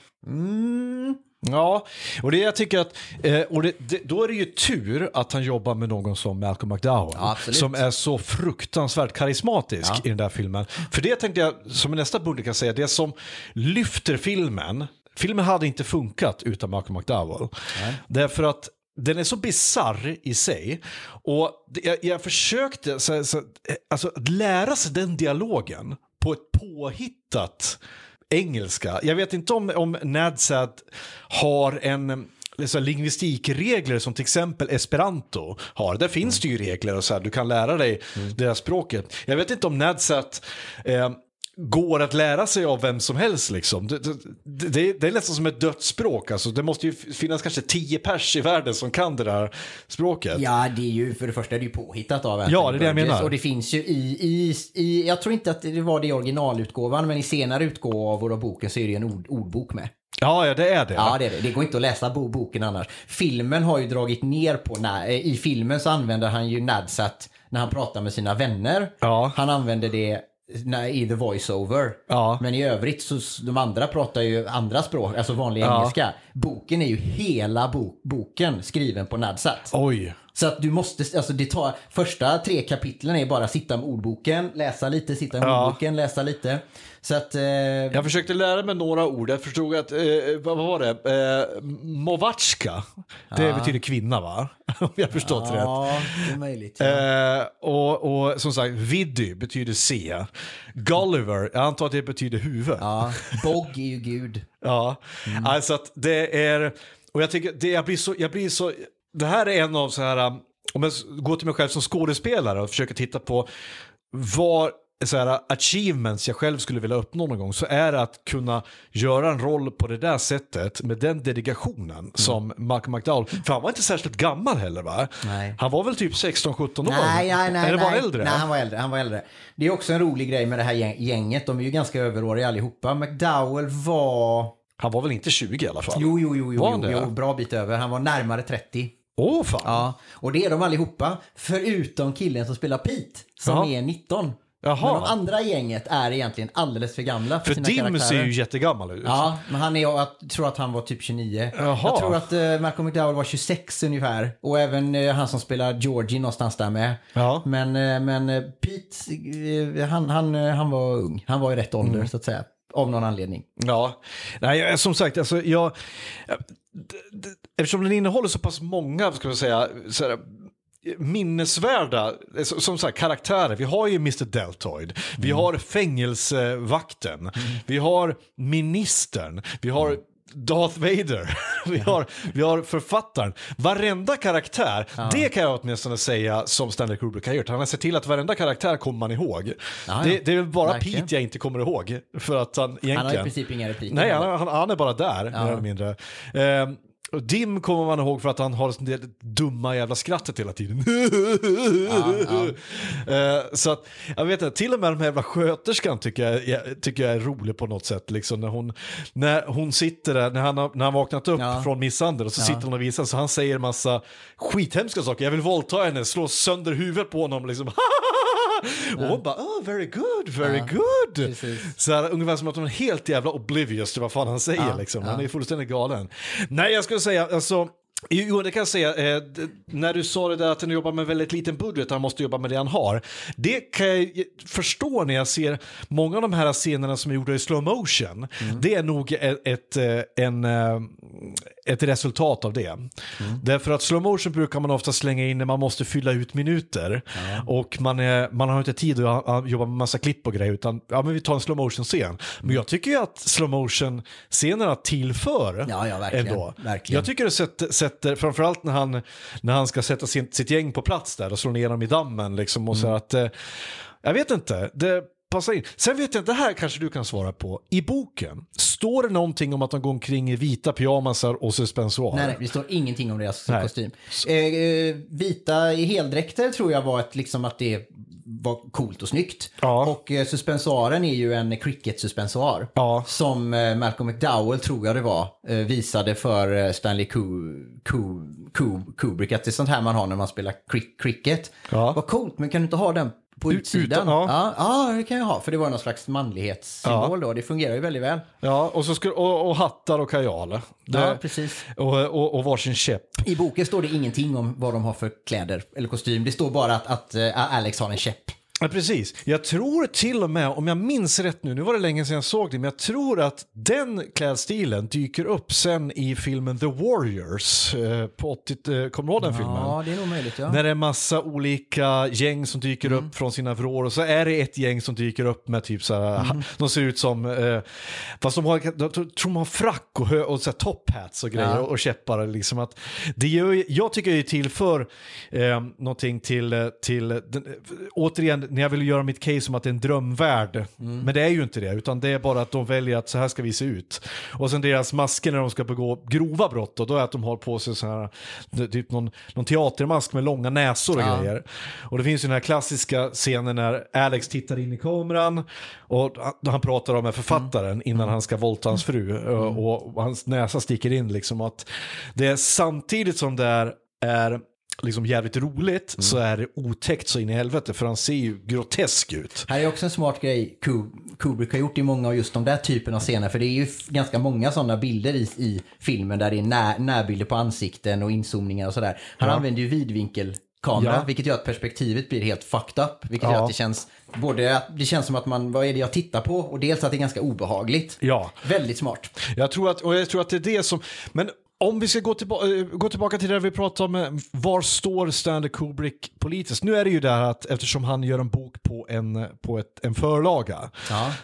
Ja, och det jag tycker att då är det ju tur att han jobbar med någon som Malcolm McDowell som är så fruktansvärt karismatisk i den där filmen. För det tänkte jag, som nästa punkt kan säga, det som lyfter filmen hade inte funkat utan Malcolm McDowell. Därför att den är så bizarr i sig och jag försökte alltså att lära sig den dialogen på ett påhittat engelska. Jag vet inte om Nadsat har en lingvistikregler som till exempel Esperanto har. Där finns det ju regler och så här, du kan lära dig deras språket. Jag vet inte om Nadsat går att lära sig av vem som helst liksom. Det är nästan som ett dödsspråk. Alltså, det måste ju finnas kanske 10 pers i världen som kan det där språket. Ja, det är ju, för det första är det ju påhittat av Anthony Ja, det är det jag menar. Och det finns ju i jag tror inte att det var det i originalutgåvan, men i senare utgåvor av boken så är det en ordbok med. Ja, det är det. Ja, det är det. Det går inte att läsa boken annars. Filmen har ju dragit ner på i filmen så använder han ju Nadsat när han pratar med sina vänner. Ja. Han använder det i the voiceover. Ja. Men i övrigt så de andra pratar ju andra språk, alltså vanlig engelska. Boken är ju hela boken skriven på Nadsat. Oj. Så att du måste, alltså det tar, första 3 kapitlen är bara sitta med ordboken, läsa lite, sitta med ordboken, läsa lite. Så att jag försökte lära mig några ord. Jag förstod att vad var det? Movatska. Det betyder kvinna, va? Om jag har förstått rätt. Ja, det är möjligt. Och som sagt, Viddy betyder se. Gulliver, jag antar att det betyder huvud. Ja, Bog är ju gud. Ja, alltså att det är, och jag tycker jag blir så det här är en av så här, om jag går till mig själv som skådespelare och försöker titta på vad så här achievements jag själv skulle vilja uppnå någon gång, så är det att kunna göra en roll på det där sättet med den dedikationen som Malcolm McDowell, för han var inte särskilt gammal heller, va? Nej. Han var väl typ 16-17 år? Nej, eller var han äldre? Nej, han var äldre. Det är också en rolig grej med det här gänget, de är ju ganska överåriga allihopa. McDowell han var väl inte 20 i alla fall? Jo, bra bit över. Han var närmare 30. Åh, fan. Ja, och det är de allihopa, förutom killen som spelar Pete, som är 19. Jaha. Men de andra gänget är egentligen alldeles för gamla för sina karaktärer. För Dim ser ju jättegammal ut. Ja, men jag tror att han var typ 29. Jaha. Jag tror att Malcolm McDowell var 26 ungefär. Och även han som spelar Georgie någonstans där med. Ja. Men Pete, han var ung. Han var i rätt ålder så att säga. Av någon anledning. Ja, nej, som sagt, alltså eftersom den innehåller så pass många, ska man säga, så här, minnesvärda som sagt karaktärer. Vi har ju Mr. Deltoid. Vi har fängelsevakten. Vi har ministern. Vi har Darth Vader. vi har författaren. Varenda karaktär, det kan jag åtminstone säga som Stanley Kubrick har gjort. Han har sett till att varenda karaktär kommer man ihåg. Det är bara verkligen. Pete jag inte kommer ihåg. För att han egentligen... Han har i princip inga repliker. Nej, han är bara där, mer eller mindre. Och Dim kommer man ihåg för att han har det dumma jävla skrattet hela tiden. Så att, jag vet inte, till och med de här jävla sköterskan tycker jag är rolig på något sätt. Liksom, när hon sitter där, när han vaknat upp från misshandel och så sitter hon och visar, så han säger en massa skithemska saker. Jag vill våldta henne, slå sönder huvudet på honom liksom. Och hon bara, very good. Precis. Så här, ungefär som att hon är helt jävla oblivious till vad fan han säger liksom. Han är fullständigt galen. Nej, jag skulle säga, alltså, jo, det kan jag säga, när du sa det där att han jobbar med väldigt liten budget, han måste jobba med det han har. Det kan jag förstå när jag ser många av de här scenerna som är gjorda i slow motion. Det är nog ett resultat av det. Därför att slow motion brukar man ofta slänga in när man måste fylla ut minuter. Och man har inte tid att jobba med massa klipp och grejer, utan men vi tar en slow motion scen. Men jag tycker ju att slow motion scenerna tillför verkligen, ändå. Verkligen. Jag tycker det sätter, framförallt när han ska sätta sitt gäng på plats där och slå ner dem i dammen liksom, och så att jag vet inte, det passar in. Sen vet jag inte, det här kanske du kan svara på. I boken, står det någonting om att de går omkring i vita pyjamasar och suspensoar? Nej, det står ingenting om deras kostym. Vita i heldräkter tror jag var att det var coolt och snyggt. Och suspensoaren är ju en cricket-suspensoar som Malcolm McDowell, tror jag det var, visade för Stanley Kubrick, att det är sånt här man har när man spelar cricket. Vad coolt, men kan du inte ha den på utsidan? Ja, det kan jag ha, för det var någon slags manlighetssymbol då. Det fungerar ju väldigt väl. Ja, och så och hattar och kajal. Precis. Och varsin käpp. I boken står det ingenting om vad de har för kläder eller kostym. Det står bara att Alex har en käpp. Ja, precis. Jag tror till och med, om jag minns rätt nu var det länge sedan jag såg det, men jag tror att den klädstilen dyker upp sen i filmen The Warriors på 80, kommer du ihåg den filmen? Ja, det är nog möjligt, När det är massa olika gäng som dyker upp från sina vrår, och så är det ett gäng som dyker upp med typ så här, de ser ut som fast de tror man har frack och så här top hats och grejer och käppar liksom, att det gör, jag tycker det tillför någonting till återigen, när jag vill göra mitt case som att det är en drömvärld. Men det är ju inte det, utan det är bara att de väljer att så här ska vi se ut. Och sen deras masker när de ska begå grova brott, och då är att de har på sig så här typ någon teatermask med långa näsor och grejer. Och det finns ju den här klassiska scenen när Alex tittar in i kameran och han pratar om med författaren innan han ska våldta hans fru, och hans näsa sticker in liksom, att det är samtidigt som det är liksom jävligt roligt, så är det otäckt så in i helvete, för han ser ju grotesk ut. Här är också en smart grej Kubrick har gjort i många av just de där typerna av scener, för det är ju ganska många sådana bilder i filmen där det är närbilder på ansikten och inzoomningar och sådär. Han använder ju vidvinkelkamera, vilket gör att perspektivet blir helt fucked up, vilket gör att det känns både att det känns som att vad är det jag tittar på, och dels att det är ganska obehagligt. Väldigt smart. Jag tror att det är det som, men om vi ska gå tillbaka till det vi pratade om, var står Stanley Kubrick politiskt? Nu är det ju där att eftersom han gör en bok på en förlaga,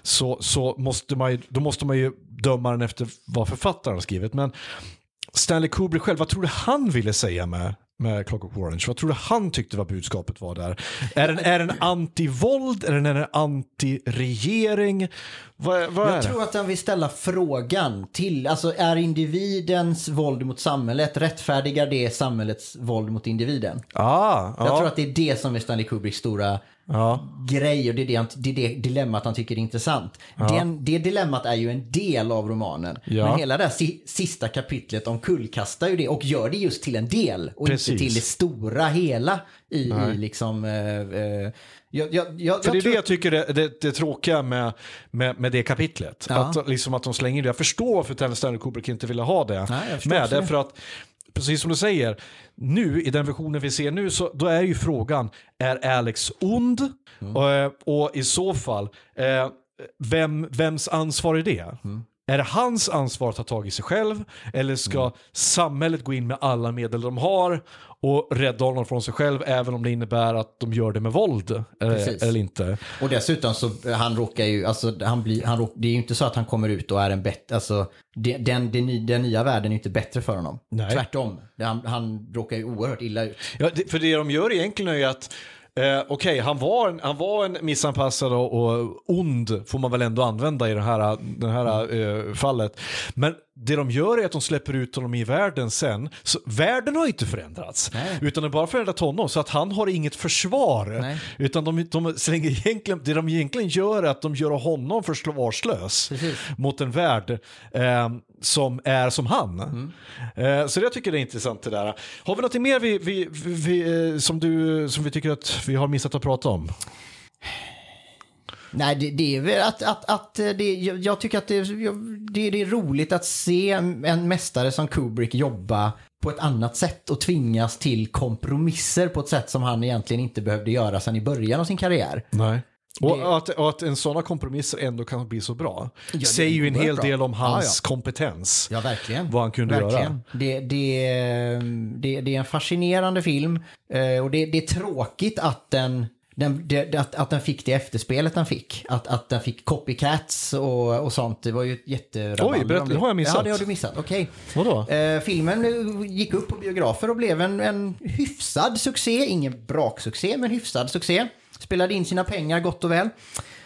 så måste man ju döma den efter vad författaren har skrivit. Men Stanley Kubrick själv, vad tror du han ville säga med Clockwork Orange? Vad tror du han tyckte var budskapet var där? Är den anti-våld? Är den anti-regering? Jag tror att han vill ställa frågan till, alltså, är individens våld mot samhället, rättfärdigar det samhällets våld mot individen? Jag tror att det är det som är Stanley Kubricks stora grej, och det är det dilemmat han tycker är intressant. Det dilemmat är ju en del av romanen, men hela det här sista kapitlet omkullkastar ju det och gör det just till en del och inte till det stora hela i liksom för det är det jag tycker det tråkiga med det kapitlet, att de slänger det. Jag förstår varför Stanley Kubrick inte ville ha det med, därför att precis som du säger, nu i den versionen vi ser nu, så då är ju frågan, är Alex ond? Och i så fall, vems ansvar är det? Är det hans ansvar att ta tag i sig själv, eller ska samhället gå in med alla medel de har och rädda honom från sig själv, även om det innebär att de gör det med våld eller inte? Och dessutom så han råkar ju, alltså det är ju inte så att han kommer ut och är en bättre, alltså den nya världen är inte bättre för honom. Nej. Tvärtom, han råkar ju oerhört illa ut. Ja, för det de gör egentligen är ju att okej, han var en missanpassad och ond, får man väl ändå använda i det här fallet. Men det de gör är att de släpper ut honom i världen sen. Så världen har inte förändrats. Nej. Utan det bara förändrat honom. Så att han har inget försvar. Nej. Utan de slänger egentligen, det de egentligen gör är att de gör honom försvarslös. Precis. Mot en värld som är som han. Så jag tycker det är intressant det där. Har vi något mer som vi tycker att vi har missat att prata om? Nej, det är väl att jag tycker att det är roligt att se en mästare som Kubrick jobba på ett annat sätt och tvingas till kompromisser på ett sätt som han egentligen inte behövde göra sedan i början av sin karriär. Nej. Och att en sådana kompromisser ändå kan bli så bra. Ja, säger ju en hel del om hans kompetens. Ja, verkligen. Vad han kunde göra. Det är en fascinerande film. Och det är tråkigt att den fick det efterspelet den fick. Att den fick copycats och sånt. Det var ju ett jätterabalder. Oj, det har jag missat. Ja, det har du missat. Okej. Vadå? Filmen gick upp på biografer och blev en hyfsad succé. Ingen braksuccé, men hyfsad succé. Spelade in sina pengar gott och väl.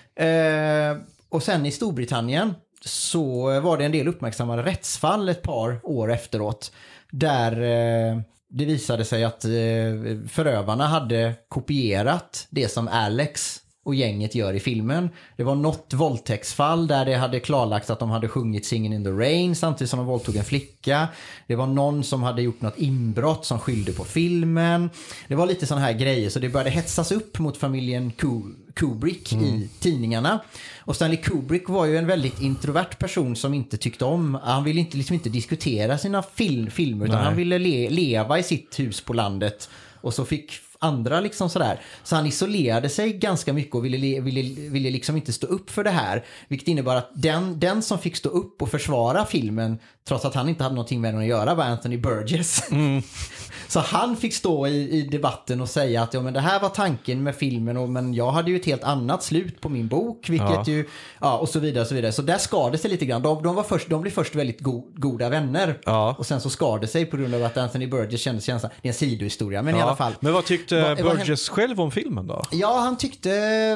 Och sen i Storbritannien så var det en del uppmärksammade rättsfall ett par år efteråt. Där det visade sig att förövarna hade kopierat det som Alex och gänget gör i filmen. Det var något våldtäktsfall där det hade klarlagts att de hade sjungit Singing in the Rain samtidigt som de våldtog en flicka. Det var någon som hade gjort något inbrott som skyllde på filmen. Det var lite sådana här grejer, så det började hetsas upp mot familjen Kubrick i tidningarna. Och Stanley Kubrick var ju en väldigt introvert person som inte tyckte om, han ville inte diskutera sina filmer utan han ville leva i sitt hus på landet, och så fick andra liksom sådär. Så han isolerade sig ganska mycket och ville liksom inte stå upp för det här. Vilket innebar att den som fick stå upp och försvara filmen, trots att han inte hade någonting med den att göra, var Anthony Burgess. Så han fick stå i debatten och säga att men det här var tanken med filmen, men jag hade ju ett helt annat slut på min bok, vilket och så vidare och så vidare. Så där skadade sig lite grann. De blev först väldigt goda vänner. Ja. Och sen så skadade sig på grund av att Anthony Burgess kände det är en sidohistoria, men i alla fall. Men vad tyckte Burgess själv om filmen då? Ja, han tyckte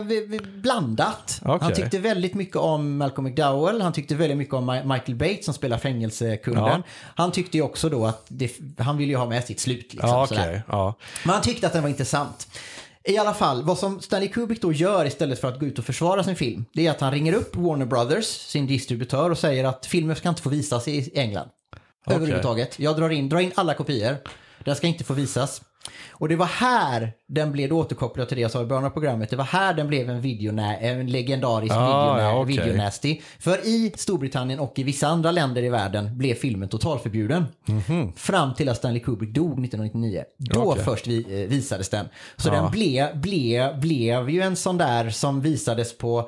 blandat. Okay. Han tyckte väldigt mycket om Malcolm McDowell. Han tyckte väldigt mycket om Michael Bates som spelar fängelsekunden. Ja. Han tyckte ju också då att han ville ju ha med sitt slut. Liksom, okay. Men han tyckte att den var intressant. I alla fall, vad som Stanley Kubrick då gör istället för att gå ut och försvara sin film, det är att han ringer upp Warner Brothers, sin distributör, och säger att filmen ska inte få visas i England. Överhuvudtaget. Jag drar in alla kopior. Den ska inte få visas. Och det var här den blev återkopplad till det jag sa i början av programmet. Det var här den blev en legendarisk videonasty. För i Storbritannien och i vissa andra länder i världen blev filmen totalförbjuden. Fram till att Stanley Kubrick dog 1999. Då först visades den. Så den blev ju en sån där som visades på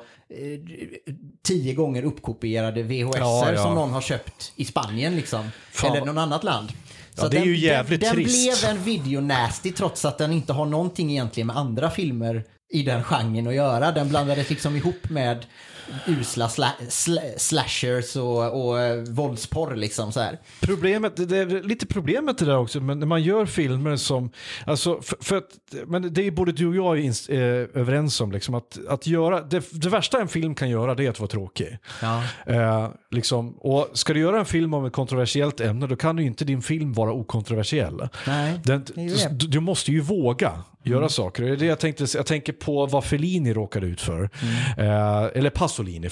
10 gånger uppkopierade VHS-er som någon har köpt i Spanien liksom. Eller någon annat land. Så det är ju jävligt trist. Den blev en videonasty trots att den inte har någonting egentligen med andra filmer i den genren att göra. Den blandades liksom ihop med usla slashers och våldsporr liksom så här. Det är lite problemet det där också, men när man gör filmer som alltså men det är både du och jag överens om liksom att göra det värsta en film kan göra, det är att vara tråkig. Ja. Liksom, och ska du göra en film om ett kontroversiellt ämne, då kan ju inte din film vara okontroversiell. Nej. Du måste ju våga göra saker. Det är det jag tänker på vad Fellini råkade ut för. Eller Pasolini.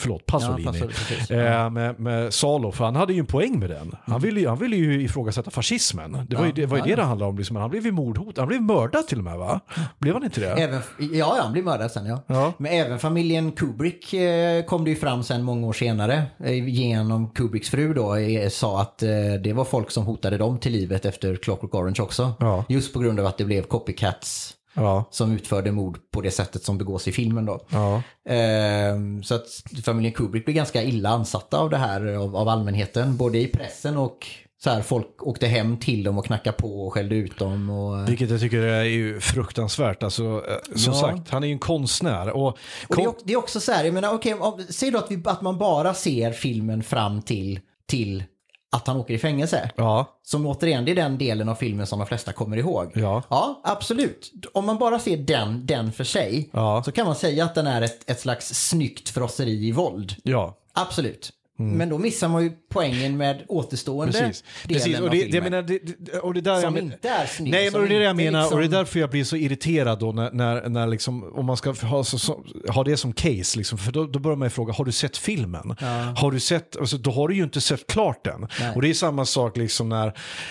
Med Salo, för han hade ju en poäng med den. Han ville ju ifrågasätta fascismen. Det var ju det handlade om. Liksom. Han blev ju mordhot. Han blev mördad till och med, va? Blev han inte det? Han blev mördad sen, ja. Men även familjen Kubrick kom det ju fram sen många år senare genom Kubricks fru då sa att det var folk som hotade dem till livet efter Clockwork Orange också. Ja. Just på grund av att det blev copycats som utförde mord på det sättet som begås i filmen då. Så att familjen Kubrick blev ganska illa ansatta av det här av allmänheten, både i pressen och så här, folk åkte hem till dem och knackade på och skällde ut dem. Och... Vilket jag tycker är ju fruktansvärt. Alltså, som sagt, han är ju en konstnär. Och det är också så här, jag menar, säg då att man bara ser filmen fram till att han åker i fängelse. Ja. Som återigen, det är den delen av filmen som de flesta kommer ihåg. Ja, absolut. Om man bara ser den för sig så kan man säga att den är ett slags snyggt frosseri i våld. Ja. Absolut. Men då missar man ju poängen med återstående delen och av filmen. Och det där som inte är snygg. Nej, men det är det jag menar. Liksom... Och det är därför jag blir så irriterad då när liksom, om man ska ha det som case liksom, för då börjar man ju fråga, har du sett filmen? Har du sett, alltså, då har du ju inte sett klart den. Nej. Och det är samma sak liksom när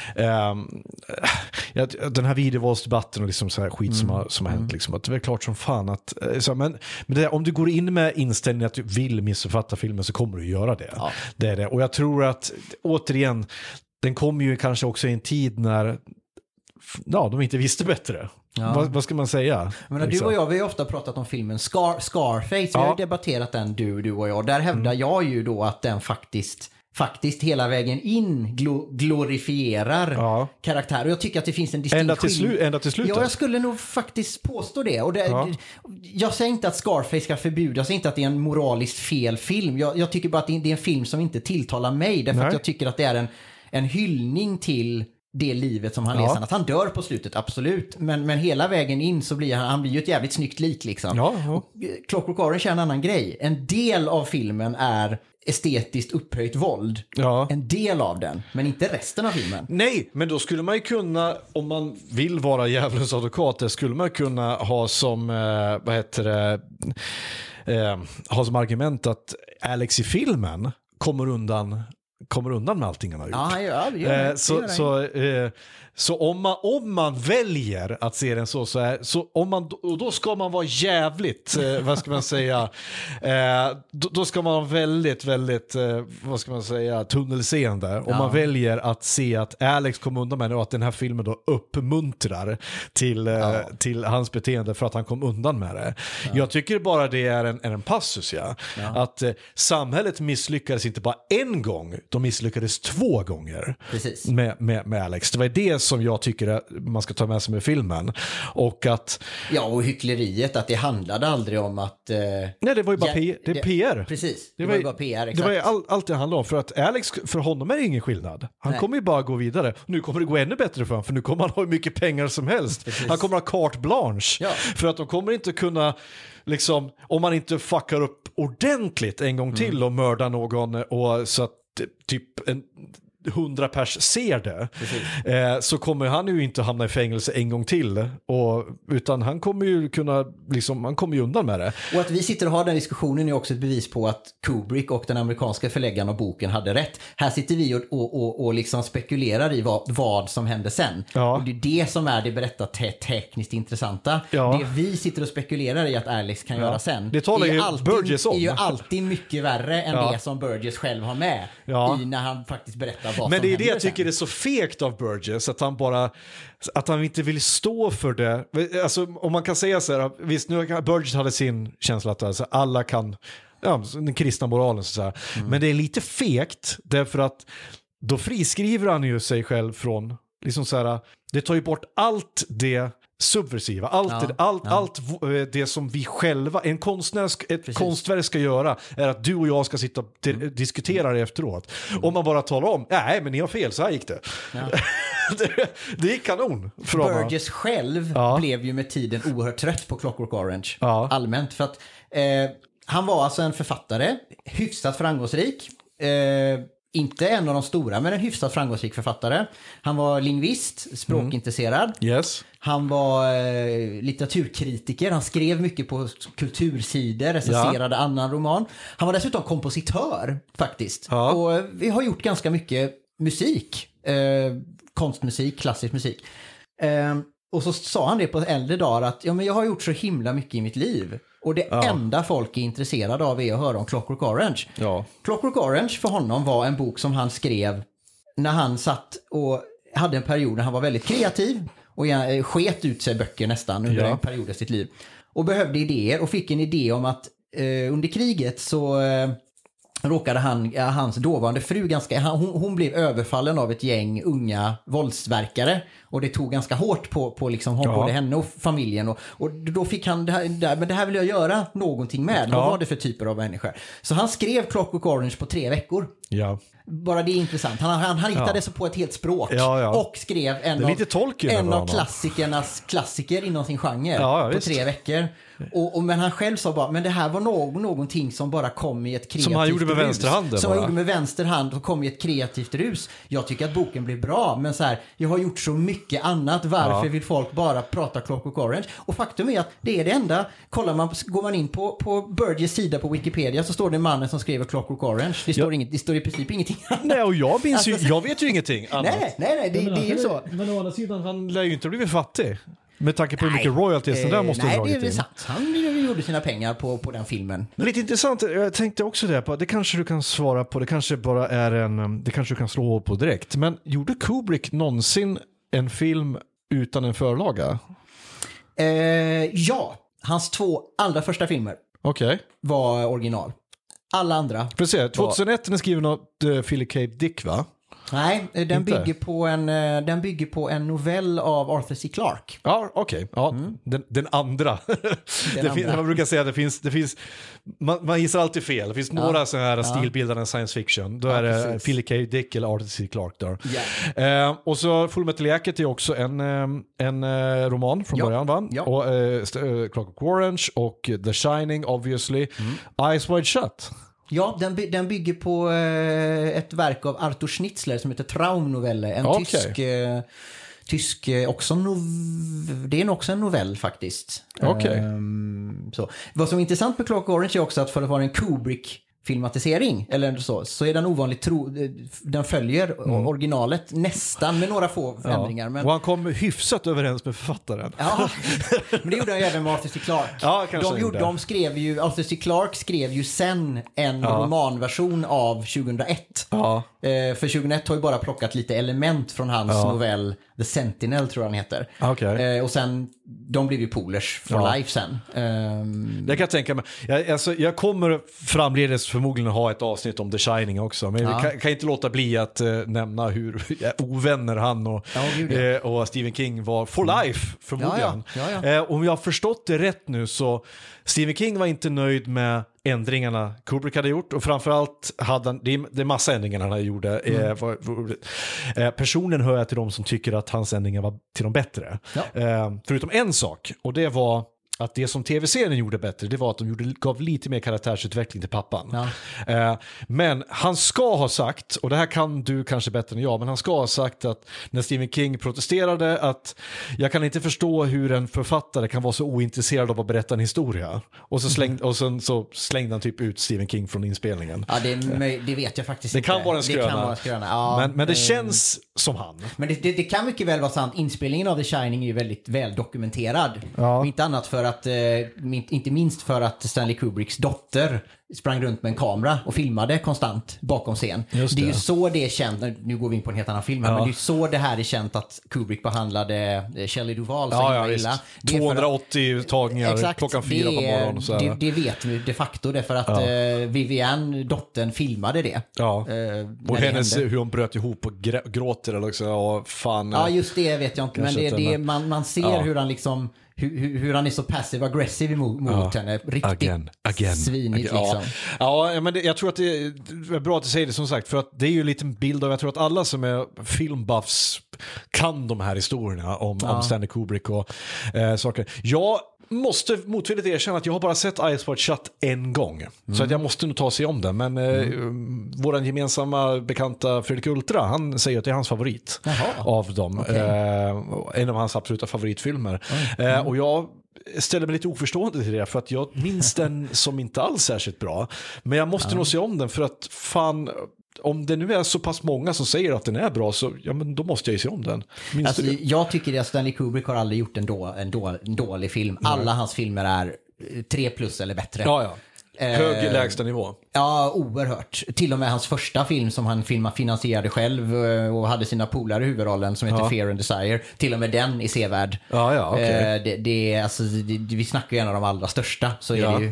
den här videovåldsdebatten och liksom så här skit som har hänt liksom, att det är klart som fan att men det, om du går in med inställningen att du vill missförfatta filmen så kommer du göra det. Ja. Det är det. Och jag tror att återigen, den kommer ju kanske också i en tid när de inte visste bättre. Vad ska man säga? Men du och jag, vi har ofta pratat om filmen Scarface. Vi har ju debatterat den, du och jag. Där hävdar jag ju då att den faktiskt hela vägen in glorifierar karaktär. Och jag tycker att det finns en distinkt ända till slutet. Ja, jag skulle nog faktiskt påstå det. Och jag säger inte att Scarface ska förbjudas. Jag säger inte att det är en moraliskt fel film. Jag tycker bara att det är en film som inte tilltalar mig. Därför att jag tycker att det är en hyllning till det livet som han leser. Att han dör på slutet, absolut. Men hela vägen in så blir han blir ju ett jävligt snyggt lik liksom. Och Clockwork Orange är en annan grej. En del av filmen är estetiskt upphöjt våld. En del av den, men inte resten av filmen. Nej, men då skulle man ju kunna, om man vill vara djävulens advokat, det skulle man kunna ha som ha som argument att Alex i filmen kommer undan med allting han har gjort. Så om man väljer att se den så då ska man vara jävligt vad ska man säga då ska man vara väldigt vad ska man säga tunnelseende om man väljer att se att Alex kom undan med det och att den här filmen då uppmuntrar till hans beteende för att han kom undan med det. Jag tycker bara det är en passus att samhället misslyckades inte bara en gång, de misslyckades 2 gånger. Precis. Med Alex. Det var det som jag tycker man ska ta med sig med filmen. Och att... Ja, och hyckleriet, att det handlade aldrig om att... Nej, det var ju bara PR. Precis, det var ju bara PR, exakt. Det var ju allt det handlade om. För att Alex, för honom är det ingen skillnad. Han kommer ju bara gå vidare. Nu kommer det gå ännu bättre för honom, för nu kommer han ha hur mycket pengar som helst. Precis. Han kommer ha carte blanche. Ja. För att de kommer inte kunna... Liksom, om man inte fuckar upp ordentligt en gång till och mördar någon och så att typ 100 pers ser det så kommer han ju inte hamna i fängelse en gång till utan han kommer ju kunna han kommer ju undan med det. Och att vi sitter och har den diskussionen är också ett bevis på att Kubrick och den amerikanska förläggaren av boken hade rätt. Här sitter vi och liksom spekulerar i vad som hände sen. Och det är det som är det tekniskt intressanta. Det vi sitter och spekulerar i att Alex kan göra sen. Det talar ju Burgess om. är ju alltid mycket värre än det som Burgess själv har med i när han faktiskt berättar. Men det är det jag tycker är så fegt av Burgess, att han inte vill stå för det. Alltså, om man kan säga så här, visst nu Burgess hade sin känsla att alltså, alla kan, den kristna moralen så här. Men det är lite fegt därför att då friskriver han ju sig själv från liksom så här, det tar ju bort allt det subversiva, allt det som vi själva, ett konstverk ska göra är att du och jag ska sitta och diskutera det efteråt. Om man bara talar om, nej men ni har fel, så här gick det. Det är kanon. Burgess själv blev ju med tiden oerhört trött på Clockwork Orange allmänt, för att han var alltså en författare, hyfsat framgångsrik, inte en av de stora, men en hyfsat framgångsrik författare. Han var lingvist, språkintresserad. Yes. Han var litteraturkritiker. Han skrev mycket på kultursidor, recenserade annan roman. Han var dessutom kompositör faktiskt. Och vi har gjort ganska mycket musik. Konstmusik, klassisk musik. Och så sa han det på äldre dagar att men jag har gjort så himla mycket i mitt liv. Och det enda folk är intresserade av är att höra om Clockwork Orange. Clockwork Orange för honom var en bok som han skrev när han satt och hade en period när han var väldigt kreativ och sket ut sig böcker nästan under en period i sitt liv. Och behövde idéer och fick en idé om att under kriget så råkade hans dåvarande fru hon blev överfallen av ett gäng unga våldsverkare och det tog ganska hårt på liksom både henne och familjen och då fick han men det här vill jag göra någonting med. Vad var det för typer av människor? Så han skrev Clockwork Orange på 3 veckor. Ja. Bara det är intressant. Han hittade sig på ett helt språk och skrev en av klassiker inom sin genre på 3 veckor. Men han själv sa bara, men det här var någonting som bara kom i ett kreativt rus. Som han gjorde med vänsterhanden. Som han gjorde med vänster hand och kom i ett kreativt rus. Jag tycker att boken blev bra, men så här, jag har gjort så mycket annat. Varför vill folk bara prata Clockwork Orange? Och faktum är att det är det enda. Går man in på Burgess sida på Wikipedia så står det mannen som skriver Clockwork Orange. Det står i princip ingenting annat. Nej, och jag vet ju ingenting annat. Nej, det är ju så. Men å andra sidan, han lär ju inte blivit fattig. Med tanke på hur mycket royalties där måste ha dragit in. Nej, det är sant. Han gjorde sina pengar på den filmen. Men lite intressant, jag tänkte också det på. Det kanske du kan svara på. Det kanske bara är det kanske du kan slå hål på direkt. Men gjorde Kubrick någonsin en film utan en förlaga? Ja, hans 2 allra första filmer var original. Alla andra. Precis, 2001 är skriven av Philip K. Dick, va? Nej, den bygger på en novell av Arthur C. Clarke. Ja, okej. Ja, den andra. Man brukar säga att det finns man gissar alltid fel. Det finns några sådana här stilbildande science fiction. Då är det Philip K. Dick eller Arthur C. Clarke där. Yeah. Och så Full Metal Jacket är också en roman från början, va? Ja. Och Clockwork Orange och The Shining, obviously. Eyes Wide Shut. Ja, den bygger på ett verk av Arthur Schnitzler som heter Traumnovelle. En tysk också det är också en novell faktiskt. Så. Vad som är intressant med Clockwork Orange är också att för att vara en Kubrick-filmatisering eller så är den ovanligt den följer originalet nästan med några få ändringar. Men... Och han kom hyfsat överens med författaren. Ja, men det gjorde han ju även med Arthur C. Clarke. Ja, Arthur C. Clarke skrev ju sen en romanversion av 2001. Ja. För 2001 har ju bara plockat lite element från hans novell The Sentinel tror jag han heter. Okay. Och sen, de blev ju polers for life sen. Det kan jag tänka mig. Jag kommer framledes förmodligen ha ett avsnitt om The Shining också. Men vi kan inte låta bli att nämna hur ovänner han och Stephen King var for life förmodligen. Om jag har förstått det rätt nu så Stephen King var inte nöjd med ändringarna Kubrick hade gjort och framförallt hade han, det är massa ändringar han gjorde. Personen hör jag till de som tycker att hans ändringar var till de bättre. Förutom en sak, och det var att det som tv-serien gjorde bättre, det var att de gav lite mer karaktärsutveckling till pappan. Men han ska ha sagt, och det här kan du kanske bättre än jag, men han ska ha sagt att när Stephen King protesterade att jag kan inte förstå hur en författare kan vara så ointresserad av att berätta en historia. Och sen så slängde han typ ut Stephen King från inspelningen. Ja, det vet jag faktiskt inte. Det kan vara en skröna. Ja, men det känns som han. Men det kan mycket väl vara sant. Inspelningen av The Shining är ju väldigt väl dokumenterad. Ja. Inte annat för att inte minst för att Stanley Kubricks dotter sprang runt med en kamera och filmade konstant bakom scen. Det är ju så det är känt, nu går vi in på en helt annan film men det är ju så det här är känt att Kubrick behandlade Shelley Duvall så illa. 280 tagningar klockan 4 på morgonen. Så det vet vi de facto, det för att Vivienne, dottern, filmade det. Ja. Och hennes, hur hon bröt ihop och gråter eller också, fan. Ja, just det vet jag inte, men man ser hur han liksom hur han är så passive-aggressiv mot henne. Riktigt svinigt liksom. Ja, men jag tror att det är bra att du säger det som sagt, för att det är ju en liten bild av, jag tror att alla som är filmbuffs kan de här historierna om Stanley Kubrick och saker. Jag måste motvilligt erkänna att jag har bara sett Eyes Wide Shut en gång. Så att jag måste nog ta sig om den. Men våran gemensamma bekanta Fredrik Ultra, han säger att det är hans favorit av dem. En av hans absoluta favoritfilmer. Och jag ställer mig lite oförstående till det, för att jag minns den som inte alls särskilt bra. Men jag måste nog se om den, för att fan, om det nu är så pass många som säger att den är bra, så men då måste jag ju se om den. Alltså, jag tycker att Stanley Kubrick har aldrig gjort en dålig film. Alla hans filmer är 3+ eller bättre. Hög lägsta nivå. Ja, oerhört. Till och med hans första film som han finansierade själv och hade sina polare i huvudrollen som heter Fear and Desire. Till och med den är sevärd. Ja, okay. Vi snackar ju en av de allra största, så är det ju.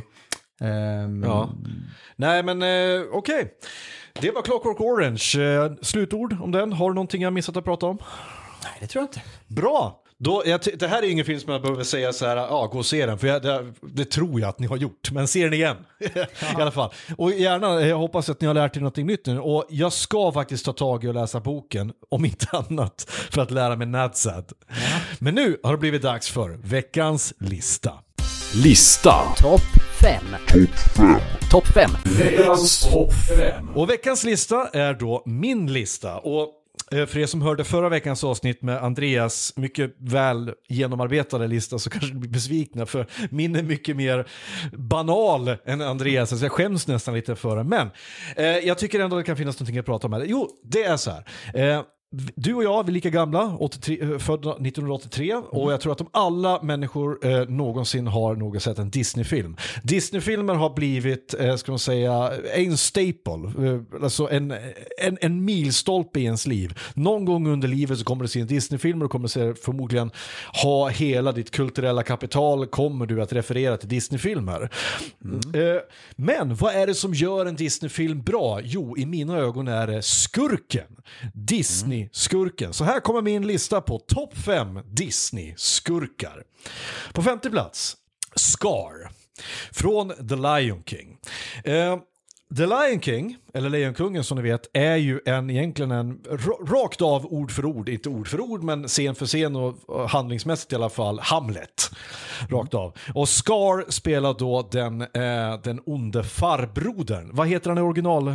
Nej, men okej. Det var Clockwork Orange. Slutord om den. Har du någonting jag missat att prata om? Nej, det tror jag inte. Bra! Det här är ingen film som jag behöver säga så här, gå och se den, för det tror jag att ni har gjort, men se den igen i alla fall. Och gärna, jag hoppas att ni har lärt er något nytt nu, och jag ska faktiskt ta tag i och läsa boken, om inte annat, för att lära mig Nadsat. Men nu har det blivit dags för veckans lista. Topp 5. Topp 5. Veckans topp 5. Och veckans lista är då min lista, och för er som hörde förra veckans avsnitt med Andreas mycket väl genomarbetade lista, så kanske ni blir besvikna, för min är mycket mer banal än Andreas, så jag skäms nästan lite för det. Men jag tycker ändå det kan finnas någonting att prata om. Jo, det är så här. Du och jag, vi är lika gamla, födda 1983, och jag tror att alla människor någonsin har sett en Disney-film. Disney-filmer har blivit, ska man säga, en staple, alltså en milstolpe i ens liv. Någon gång under livet så kommer du se en Disney-film, och kommer förmodligen ha hela ditt kulturella kapital, kommer du att referera till Disney-filmer. Men vad är det som gör en Disney-film bra? Jo, i mina ögon är det skurken. Disney-skurken. Så här kommer min lista på topp 5 Disney-skurkar. På 5:e plats, Scar från The Lion King. The Lion King, eller Lejonkungen som ni vet, är ju egentligen en rakt av ord för ord, inte ord för ord, men scen för scen och handlingsmässigt i alla fall, Hamlet. Rakt av. Och Scar spelar då den onde farbrodern. Vad heter han i original?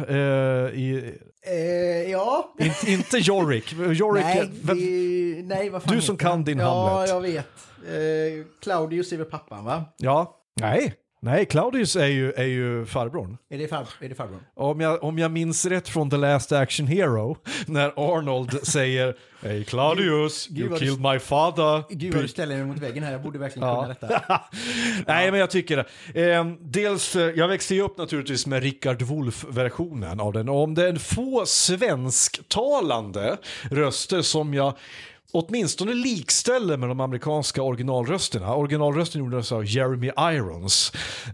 Ja. Inte Yorick. Nej, vad fan du som kan din Hamlet. Ja, jag vet. Claudius är väl pappan, va? Ja. Nej, Claudius är ju farbrorn. Är det farbrorn? Om jag minns rätt från The Last Action Hero, när Arnold säger "Hey Claudius, you killed my father." Gud vad du ställer mig mot väggen här, jag borde verkligen kunna detta. Nej, men jag tycker det. Dels, jag växte ju upp naturligtvis med Rickard Wolff-versionen av den. Och om det är få svensktalande röster som jag åtminstone likställer med de amerikanska originalrösterna. Originalrösten gjordes av Jeremy Irons.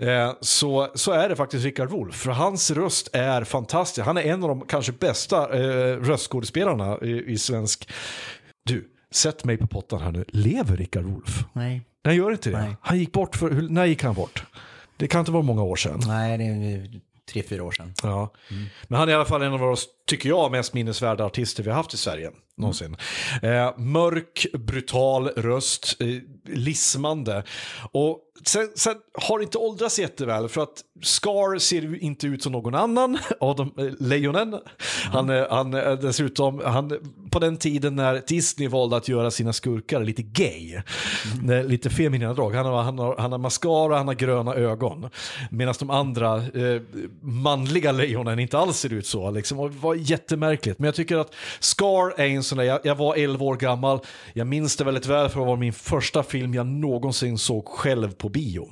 Så är det faktiskt Rickard Wolff. För hans röst är fantastisk. Han är en av de kanske bästa röstskådespelarna i svensk. Du, sätt mig på pottan här nu. Lever Rickard Wolff? Nej. Han gör inte det. Nej. Han gick bort när gick han bort? Det kan inte vara många år sedan. Nej, det är 3-4 år sedan. Ja. Men han är i alla fall en av våra, tycker jag, mest minnesvärda artister vi har haft i Sverige någonsin. Mörk, brutal röst, lismande. Och sen har det inte åldrats jätteväl, för att Scar ser ju inte ut som någon annan av de lejonen. Han dessutom, på den tiden när Disney valde att göra sina skurkar lite gay, lite feminina drag. Han har mascara, han har gröna ögon, medan de andra manliga lejonen inte alls ser ut så liksom. Och det var jättemärkligt. Men jag tycker att Scar är en sån där, jag var 11 år gammal, jag minns det väldigt väl, för det var min första film jag någonsin såg själv på bio.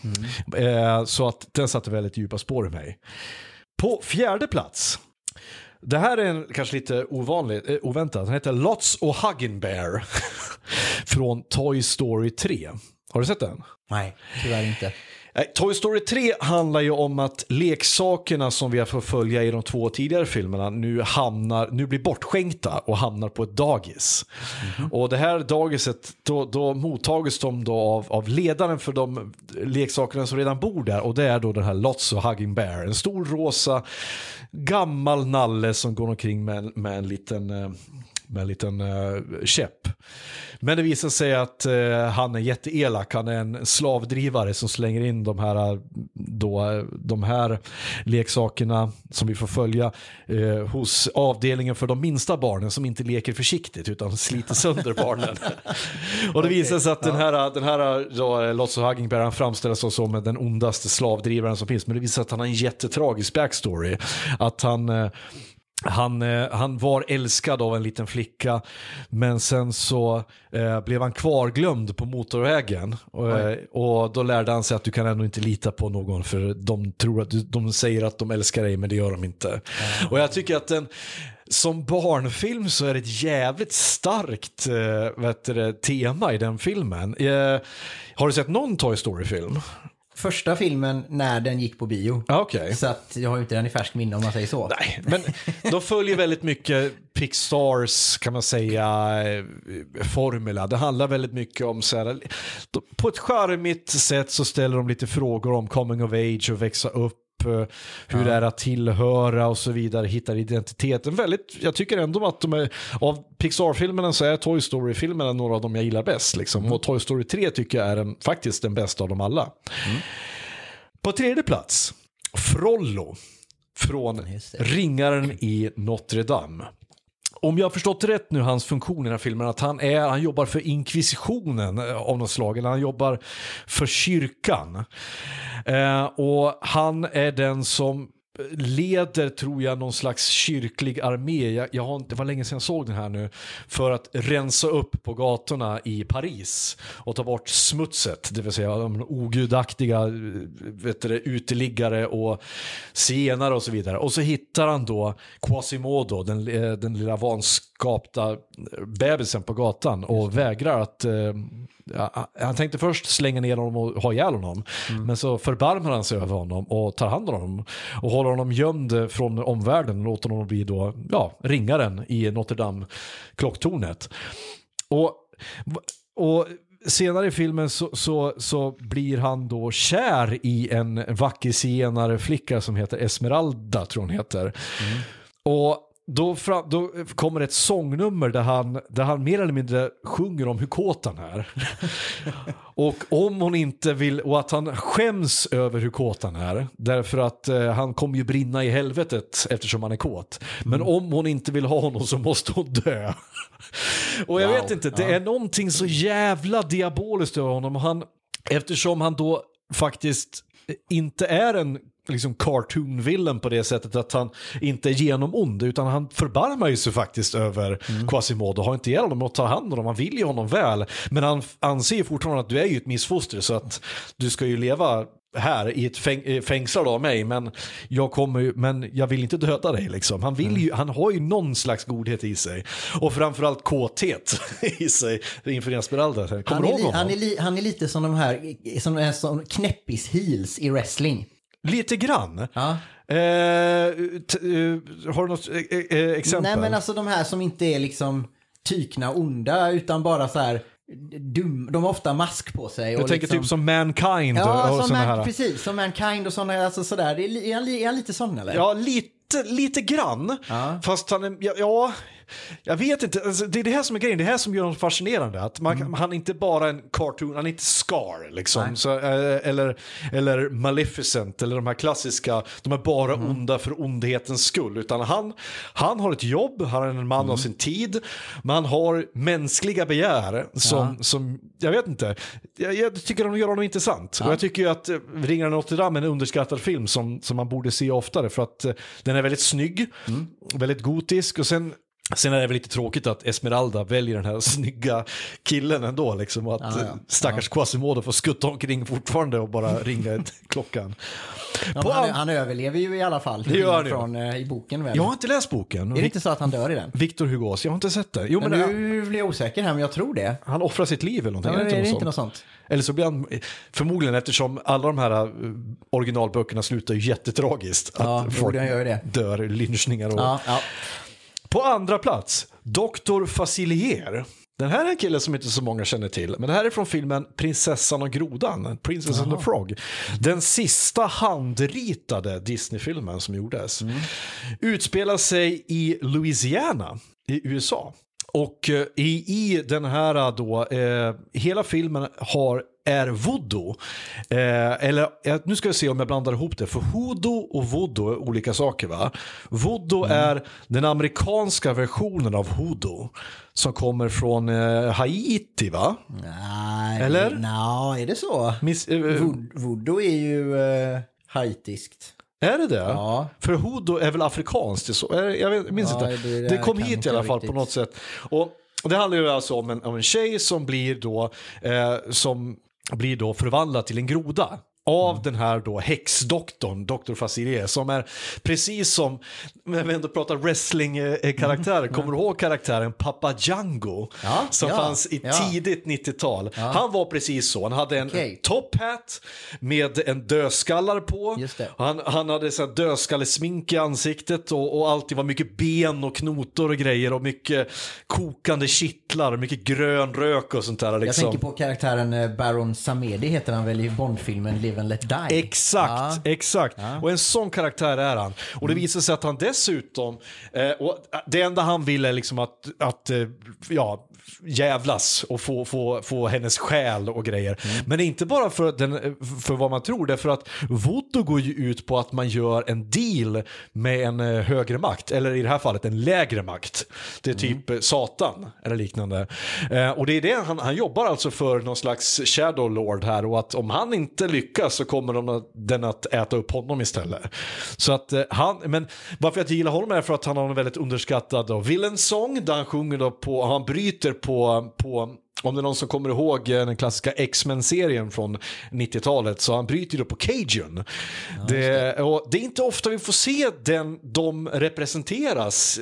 Så att den satte väldigt djupa spår i mig. På 4:e plats, det här är kanske lite oväntat, den heter Lots och Hugging Bear från Toy Story 3. Har du sett den? Nej, tyvärr inte. Toy Story 3 handlar ju om att leksakerna som vi har fått följa i de 2 tidigare filmerna nu blir bortskänkta och hamnar på ett dagis. Och det här dagiset, då mottages de då av ledaren för de leksakerna som redan bor där, och det är då den här Lots och Hugging Bear, en stor rosa gammal nalle som går omkring med en liten käpp. Men det visar sig att han är jätteelak. Han är en slavdrivare som slänger in de här leksakerna som vi får följa hos avdelningen för de minsta barnen, som inte leker försiktigt utan sliter sönder barnen. Och det visar sig att den här Lots och Hugging Bear framställs som den ondaste slavdrivaren som finns. Men det visar sig att han har en jättetragisk backstory. Att han han var älskad av en liten flicka, men sen så blev han kvarglömd på motorvägen och då lärde han sig att du kan ändå inte lita på någon, för de tror att de säger att de älskar dig, men det gör de inte. Och jag tycker att som barnfilm så är det ett jävligt starkt tema i den filmen. Har du sett någon Toy Story-film? Första filmen när den gick på bio. Okay. Så att jag har ju inte den i färsk minne om man säger så. Nej, men de följer väldigt mycket Pixars, kan man säga, formula. Det handlar väldigt mycket om så här, på ett charmigt sätt så ställer de lite frågor om coming of age och växa upp, hur det är att tillhöra och så vidare, hittar identiteten. Jag tycker ändå att av Pixar-filmerna så är Toy Story-filmerna några av dem jag gillar bäst liksom. Och Toy Story 3 tycker jag är faktiskt den bästa av dem alla. På tredje plats, Frollo från Ringaren i Notre Dame. Om jag har förstått rätt nu, hans funktion i den här filmen, att han jobbar för inkvisitionen av något slag, eller han jobbar för kyrkan. Och han är den som leder, tror jag, någon slags kyrklig armé. Det var länge sedan jag såg den här nu, för att rensa upp på gatorna i Paris och ta bort smutset, det vill säga de ogudaktiga uteliggare och senare och så vidare. Och så hittar han då Quasimodo, den lilla vanskapta bebisen på gatan, och vägrar att han tänkte först slänga ner honom och ha ihjäl honom, men så förbarmar han sig över honom och tar hand om honom och håller honom gömd från omvärlden och låter honom bli då, ringaren i Notre Dame klocktornet. Och senare i filmen så blir han då kär i en vacker zigenare flicka som heter Esmeralda, tror hon heter. Och då kommer ett sångnummer där han mer eller mindre sjunger om hur kåt han är. Och om hon inte vill, och att han skäms över hur kåt han är, därför att han kommer ju brinna i helvetet eftersom han är kåt. Men om hon inte vill ha honom så måste hon dö. Och jag vet inte, det är någonting så jävla diaboliskt över honom. Eftersom han då faktiskt inte är en liksom cartoon-villen på det sättet att han inte är genomond, utan han förbarmar sig faktiskt över Quasimodo, har inte ihjäl honom och tar hand om honom, han vill ju honom väl, men han anser fortfarande att du är ju ett missfoster, så att du ska ju leva här i ett fängslad av mig, men jag vill inte döda dig liksom. Han har ju någon slags godhet i sig, och framförallt kåthet i sig inför Esmeralda. Han är lite som de här som knäppis heels i wrestling. Lite grann. Ja. Har du något exempel? Nej, men alltså de här som inte är liksom tykna onda, utan bara så här de har ofta mask på sig. Jag tänker liksom, typ som Mankind. Ja, precis. Som Mankind och sådana, alltså sådär. Är han lite sån, eller? Ja, lite grann. Ja. Fast han är, jag vet inte, alltså, det är det här som är grejen, det här som gör honom fascinerande, att han är inte bara en cartoon, han är inte Scar liksom, så, eller Maleficent eller de här klassiska, de är bara onda för ondhetens skull, utan han har ett jobb, han är en man av sin tid, man har mänskliga begär som jag vet inte, jag tycker de gör honom intressant, och jag tycker ju att Ringaren i Notre Dame är en underskattad film som man borde se oftare, för att den är väldigt snygg, väldigt gotisk, och sen är det väl lite tråkigt att Esmeralda väljer den här snygga killen ändå liksom, och att stackars Quasimodo får skutta omkring fortfarande och bara ringa klockan. Han överlever ju i alla fall. Det gör från i boken väl. Jag har inte läst boken. Är det inte så att han dör i den? Victor Hugos, jag har inte sett det. Jo, men nu blir jag osäker här, men jag tror det. Han offrar sitt liv eller någonting. Ja, det är inte något sånt. Eller så blir han, förmodligen, eftersom alla de här originalböckerna slutar ju jättetragiskt. Att folk dör, lynchningar och... På andra plats, Dr. Facilier. Den här är en kille som inte så många känner till. Men det här är från filmen Prinsessan och grodan, Princess and the Frog. Den sista handritade Disney-filmen som gjordes. Utspelar sig i Louisiana i USA. Och i den här då, hela filmen är voodoo. Eller nu ska jag se om jag blandar ihop det. För hoodoo och voodoo är olika saker, va? Voodoo är den amerikanska versionen av hoodoo som kommer från Haiti, va? Nej, eller? Är det så? Voodoo är ju haitiskt. Är det det? Ja. För Hudo är väl afrikanskt? Det så? Jag minns inte. Det kom hit i alla fall på något sätt. Och det handlar ju alltså om en tjej som blir då förvandlad till en groda av den här då häxdoktorn, Dr. Facilier, som är precis som, när vi ändå pratar wrestling-karaktärer, kommer du ihåg karaktären Papa Django som fanns i tidigt 90-tal? Han var precis så, han hade en top hat med en dödskallar på. Just det. Han hade så här dödskallesmink i ansiktet och alltid var mycket ben och knotor och grejer och mycket kokande kittlar och mycket grön rök och sånt där. Liksom. Jag tänker på karaktären Baron Samedi, heter han väl i Bondfilmen Live and Let Die. Exakt. Och en sån karaktär är han. Och det visar sig att han dessutom och det enda han vill är liksom att jävlas och få hennes själ och grejer. Men det är inte bara för vad man tror, det är för att voodoo går ju ut på att man gör en deal med en högre makt, eller i det här fallet en lägre makt. Det är typ Satan eller liknande. Och det är det han jobbar alltså för någon slags Shadow Lord här, och att om han inte lyckas så kommer den att äta upp honom istället. Så att men varför jag gillar honom är för att han har en väldigt underskattad villain-sång där han sjunger då på, han bryter på om det är någon som kommer ihåg den klassiska X-Men-serien från 90-talet, så han bryter då på Cajun. Det är inte ofta vi får se de representeras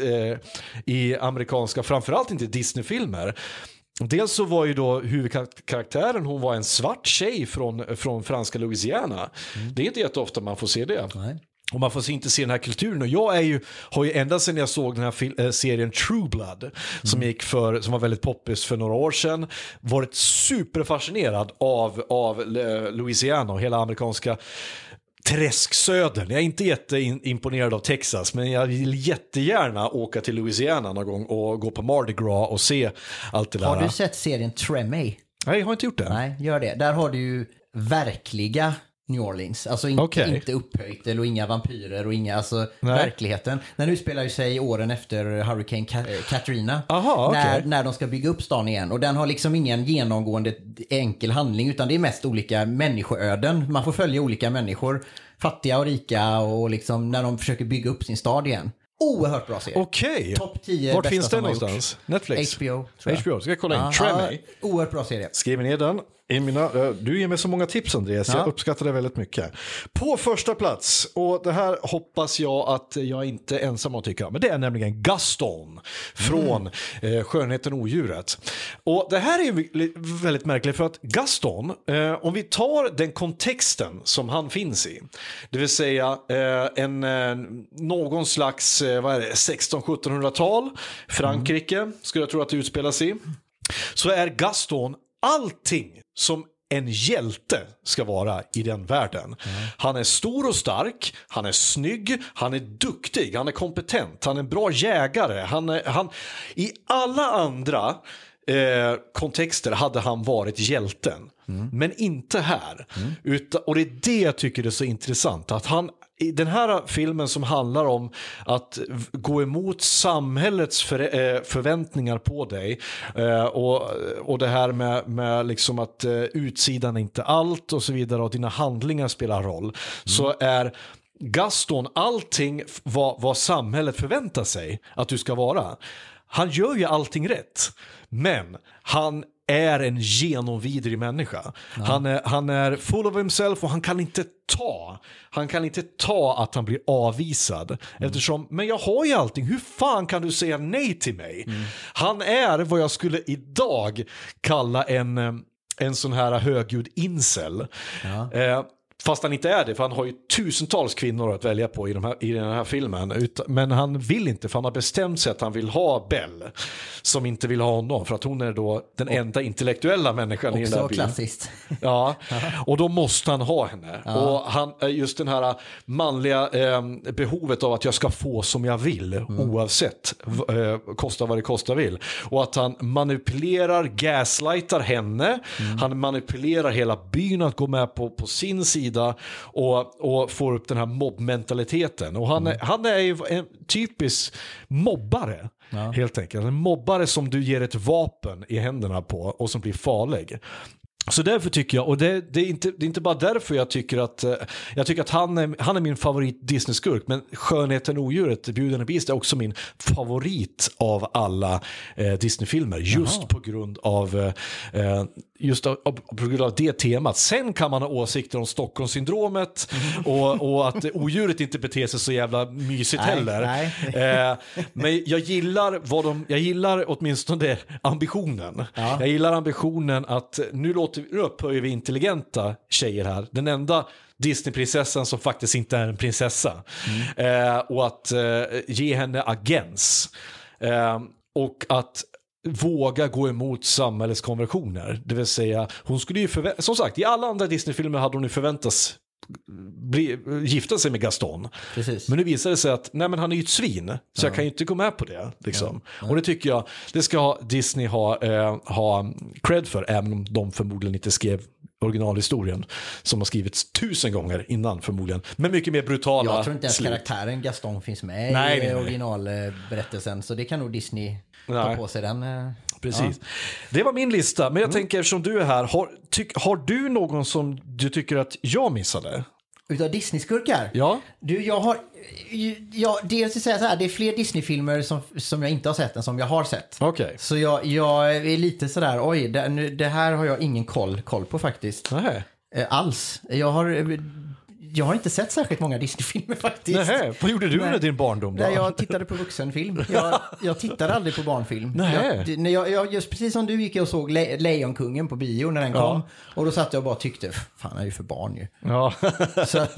i amerikanska, framförallt inte Disney-filmer. Dels så var ju då huvudkaraktären, hon var en svart tjej från franska Louisiana. Det är inte jätteofta man får se det. Nej. Och man får inte se den här kulturen. Och jag har ju ända sedan jag såg den här serien True Blood som var väldigt poppis för några år sedan, varit superfascinerad av Louisiana och hela amerikanska träsksödern. Jag är inte jätteimponerad av Texas, men jag vill jättegärna åka till Louisiana någon gång och gå på Mardi Gras och se allt det där. Har du sett serien Treme? Nej, jag har inte gjort det. Nej, gör det. Där har du ju verkliga New Orleans. Alltså inte upphöjt eller inga vampyrer och inga, alltså verkligheten. Den utspelar ju sig åren efter Hurricane Katrina. När de ska bygga upp stan igen. Och den har liksom ingen genomgående enkel handling, utan det är mest olika människoöden. Man får följa olika människor, fattiga och rika, och liksom när de försöker bygga upp sin stad igen. Oerhört bra serie. Okej. Topp 10 Vart bästa finns den någonstans? Gjort. Netflix? HBO. Ska jag kolla in? Treme. Oerhört bra serie. Skriver ner den. Du ger mig så många tips, Andreas. Jag uppskattar det väldigt mycket. På första plats, och det här hoppas jag att jag inte är ensam att tycka om, men det är nämligen Gaston från Skönheten och odjuret. Och det här är väldigt märkligt, för att Gaston, om vi tar den kontexten som han finns i, det vill säga någon slags 1600-1700-tal Frankrike, skulle jag tro att det utspelas i, så är Gaston allting som en hjälte ska vara i den världen. Han är stor och stark, han är snygg, han är duktig, han är kompetent, han är en bra jägare. Han i alla andra kontexter hade han varit hjälten. Men inte här. Och det är det jag tycker är så intressant, att han i den här filmen som handlar om att gå emot samhällets förväntningar på dig, och det här med liksom att utsidan är inte allt och så vidare, och dina handlingar spelar roll, så är Gaston allting vad samhället förväntar sig att du ska vara. Han gör ju allting rätt, men han är en genomvidrig människa. Han är full of himself, och han kan inte ta att han blir avvisad. Eftersom, men jag har ju allting, hur fan kan du säga nej till mig? Han är vad jag skulle idag kalla en sån här högljudd incel. Fast han inte är det, för han har ju tusentals kvinnor att välja på i den här filmen. Men han vill inte, för han har bestämt sig att han vill ha Belle, som inte vill ha honom, för att hon är då den enda intellektuella människan i den där byn. Klassiskt. Ja, och då måste han ha henne. Och han, just den här manliga behovet av att jag ska få som jag vill, oavsett kosta vad det kostar vill. Och att han manipulerar, gaslightar henne. Han manipulerar hela byn att gå med på sin sida, och får upp den här mobbmentaliteten. Och han är ju en typisk mobbare, helt enkelt. En mobbare som du ger ett vapen i händerna på och som blir farlig. Så därför tycker jag, och det är inte bara därför jag tycker att han är min favorit Disney-skurk, men Skönheten och odjuret, Beauty and the Beast, är också min favorit av alla Disney-filmer, just på grund av det temat. Sen kan man ha åsikter om Stockholmssyndromet och att odjuret inte beter sig så jävla mysigt heller. Nej. Men jag gillar åtminstone ambitionen. Ja. Jag gillar ambitionen att nu upphöjer vi intelligenta tjejer här. Den enda Disney-prinsessan som faktiskt inte är en prinsessa. Och att ge henne agens. Och att våga gå emot samhällets konventioner. Det vill säga, hon skulle ju som sagt, i alla andra Disney-filmer hade hon ju förväntats gifta sig med Gaston. Precis. Men nu visar det sig att nej, men han är ju ett svin, så jag kan ju inte gå med på det liksom. Och det tycker jag, det ska Disney ha cred för, även om de förmodligen inte skrev originalhistorien som har skrivits 1000 gånger innan förmodligen, men mycket mer brutala. Jag tror inte ens karaktären Gaston finns med i originalberättelsen, så det kan nog Disney ta på sig den. Precis. Ja. Det var min lista, men jag tänker, som du är här, har du någon som du tycker att jag missade? Utav Disney-skurkar? Ja. Du, jag har... dels att säga så här, det är fler Disney-filmer som jag inte har sett än som jag har sett. Okay. Så jag är lite sådär, oj, det här har jag ingen koll på faktiskt. Nej. Alls. Jag har inte sett särskilt många Disney-filmer faktiskt. Nej, vad gjorde du med din barndom då? Nej, jag tittade på vuxenfilm. Jag tittade aldrig på barnfilm. Nej. Jag just precis som du gick och såg Lejonkungen på bio när den kom. Och då satt jag och bara tyckte, fan, är ju för barn ju. Ja. Så att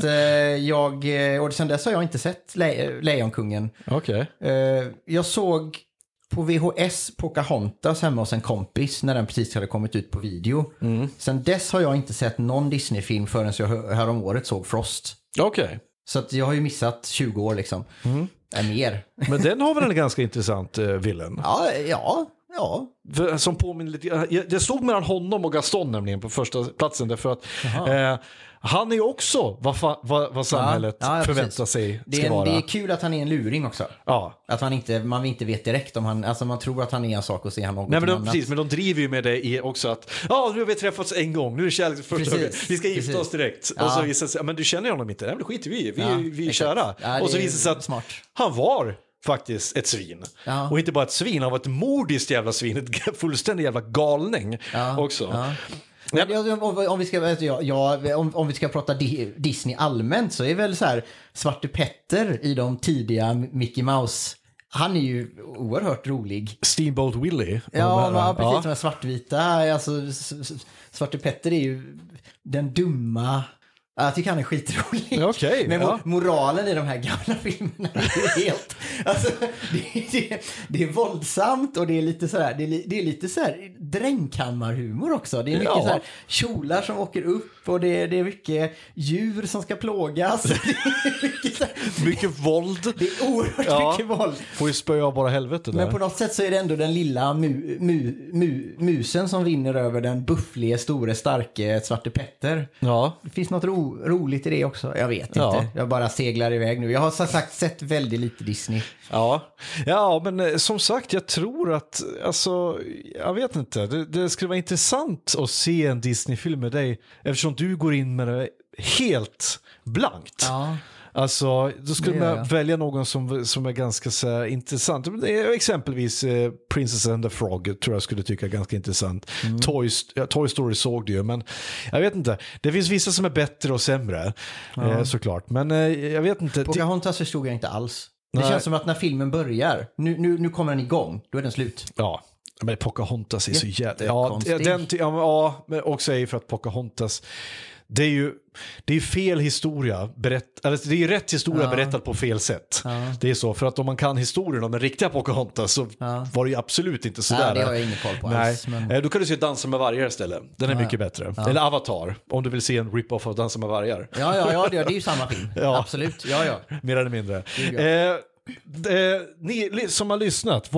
och sen dess har jag inte sett Lejonkungen. Okej. Jag såg på VHS Pocahontas hemma hos en kompis när den precis hade kommit ut på video. Sen dess har jag inte sett någon Disney-film förrän jag härom året såg Frost. Okej. Så att jag har ju missat 20 år liksom. Mer. Men den har väl en ganska intressant villain? Ja. Som påminner lite. Det stod mellan honom och Gaston nämligen på första platsen, därför att han är ju också vad samhället förväntar sig ska vara. Det är kul att han är en luring också. Ja. Att man inte vet direkt om han, alltså man tror att han är en sak och ser han något annat. Precis, men de driver ju med det också att nu har vi träffats en gång, nu är det kärlek första gången, vi ska gifta oss direkt. Och så visar det sig, men du känner honom inte, nej, men det skiter vi är kära. Och så visar det sig att han var faktiskt ett svin. Ja. Och inte bara ett svin, han var ett mordiskt jävla svin, ett fullständigt jävla galning också. Ja. Om vi ska prata Disney allmänt, så är väl så här Svarte Petter i de tidiga Mickey Mouse, han är ju oerhört rolig. Steamboat Willie. Ja, precis, de här svartvita. Alltså, Svarte Petter är ju den dumma. Jag tycker han är skitrolig. Okay, men moralen i de här gamla filmerna är helt... Alltså, det är våldsamt och det är lite sådär... Det är lite sådär drängkammarhumor också. Det är mycket sådär kjolar som åker upp och det är mycket djur som ska plågas. Det är mycket våld. Det är oerhört mycket våld. Får ju spöa bara helvete där. Men på något sätt så är det ändå den lilla musen som vinner över den bufflige, store, starke Svarte Petter. Ja. Det finns något roligt i det också. Jag vet inte. Jag bara seglar iväg nu. Jag har som sagt sett väldigt lite Disney. Ja, men som sagt, jag tror att, alltså, jag vet inte. Det skulle vara intressant att se en Disney-film med dig, eftersom du går in med det helt blankt. Ja. Alltså, då skulle man välja någon som är ganska så här intressant. Exempelvis Princess and the Frog tror jag skulle tycka är ganska intressant. Toy Story såg du ju, men jag vet inte. Det finns vissa som är bättre och sämre, såklart. Men jag vet inte. Pocahontas förstod jag inte alls. Det känns som att när filmen börjar, nu kommer den igång, då är den slut. Ja, men Pocahontas är så jävla... men också är för att Pocahontas... Det är ju fel historia det är ju rätt historia berättad på fel sätt. Det är så, för att om man kan historien om den riktiga Pocahontas så var det ju absolut inte sådär. Det har jag ingen koll på alls. Då kan du se Dansa med vargar istället. Den är mycket bättre. Eller Avatar, om du vill se en rip-off av Dansa med vargar. Ja, det är ju samma film. Absolut, ja. Mer eller mindre. Ni som har lyssnat,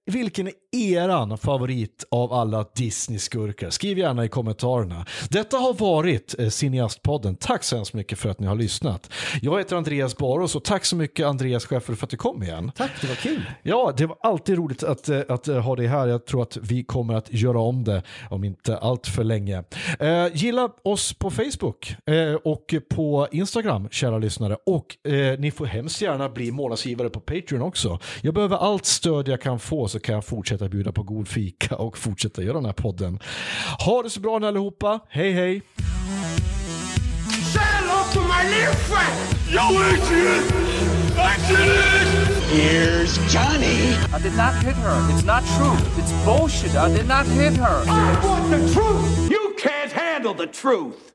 vilken är eran favorit av alla Disney-skurkar? Skriv gärna i kommentarerna. Detta har varit Cineastpodden. Tack så hemskt mycket för att ni har lyssnat. Jag heter Andreas Baros och tack så mycket Andreas Schäfer för att du kom igen. Tack, det var kul. Ja, det var alltid roligt att ha dig här. Jag tror att vi kommer att göra om det om inte allt för länge. Gilla oss på Facebook och på Instagram, kära lyssnare. Och ni får hemskt gärna bli månadsgivare på Patreon också. Jag behöver allt stöd jag kan få, så kan jag fortsätta bjuda på god fika och fortsätta göra den här podden. Ha det så bra allihopa. Hej hej! Say hello to my little friend! Yo, Adrian! Adrian! Here's Johnny. I did not hit her. It's not true. It's bullshit. I did not hit her. I want the truth! You can't handle the truth!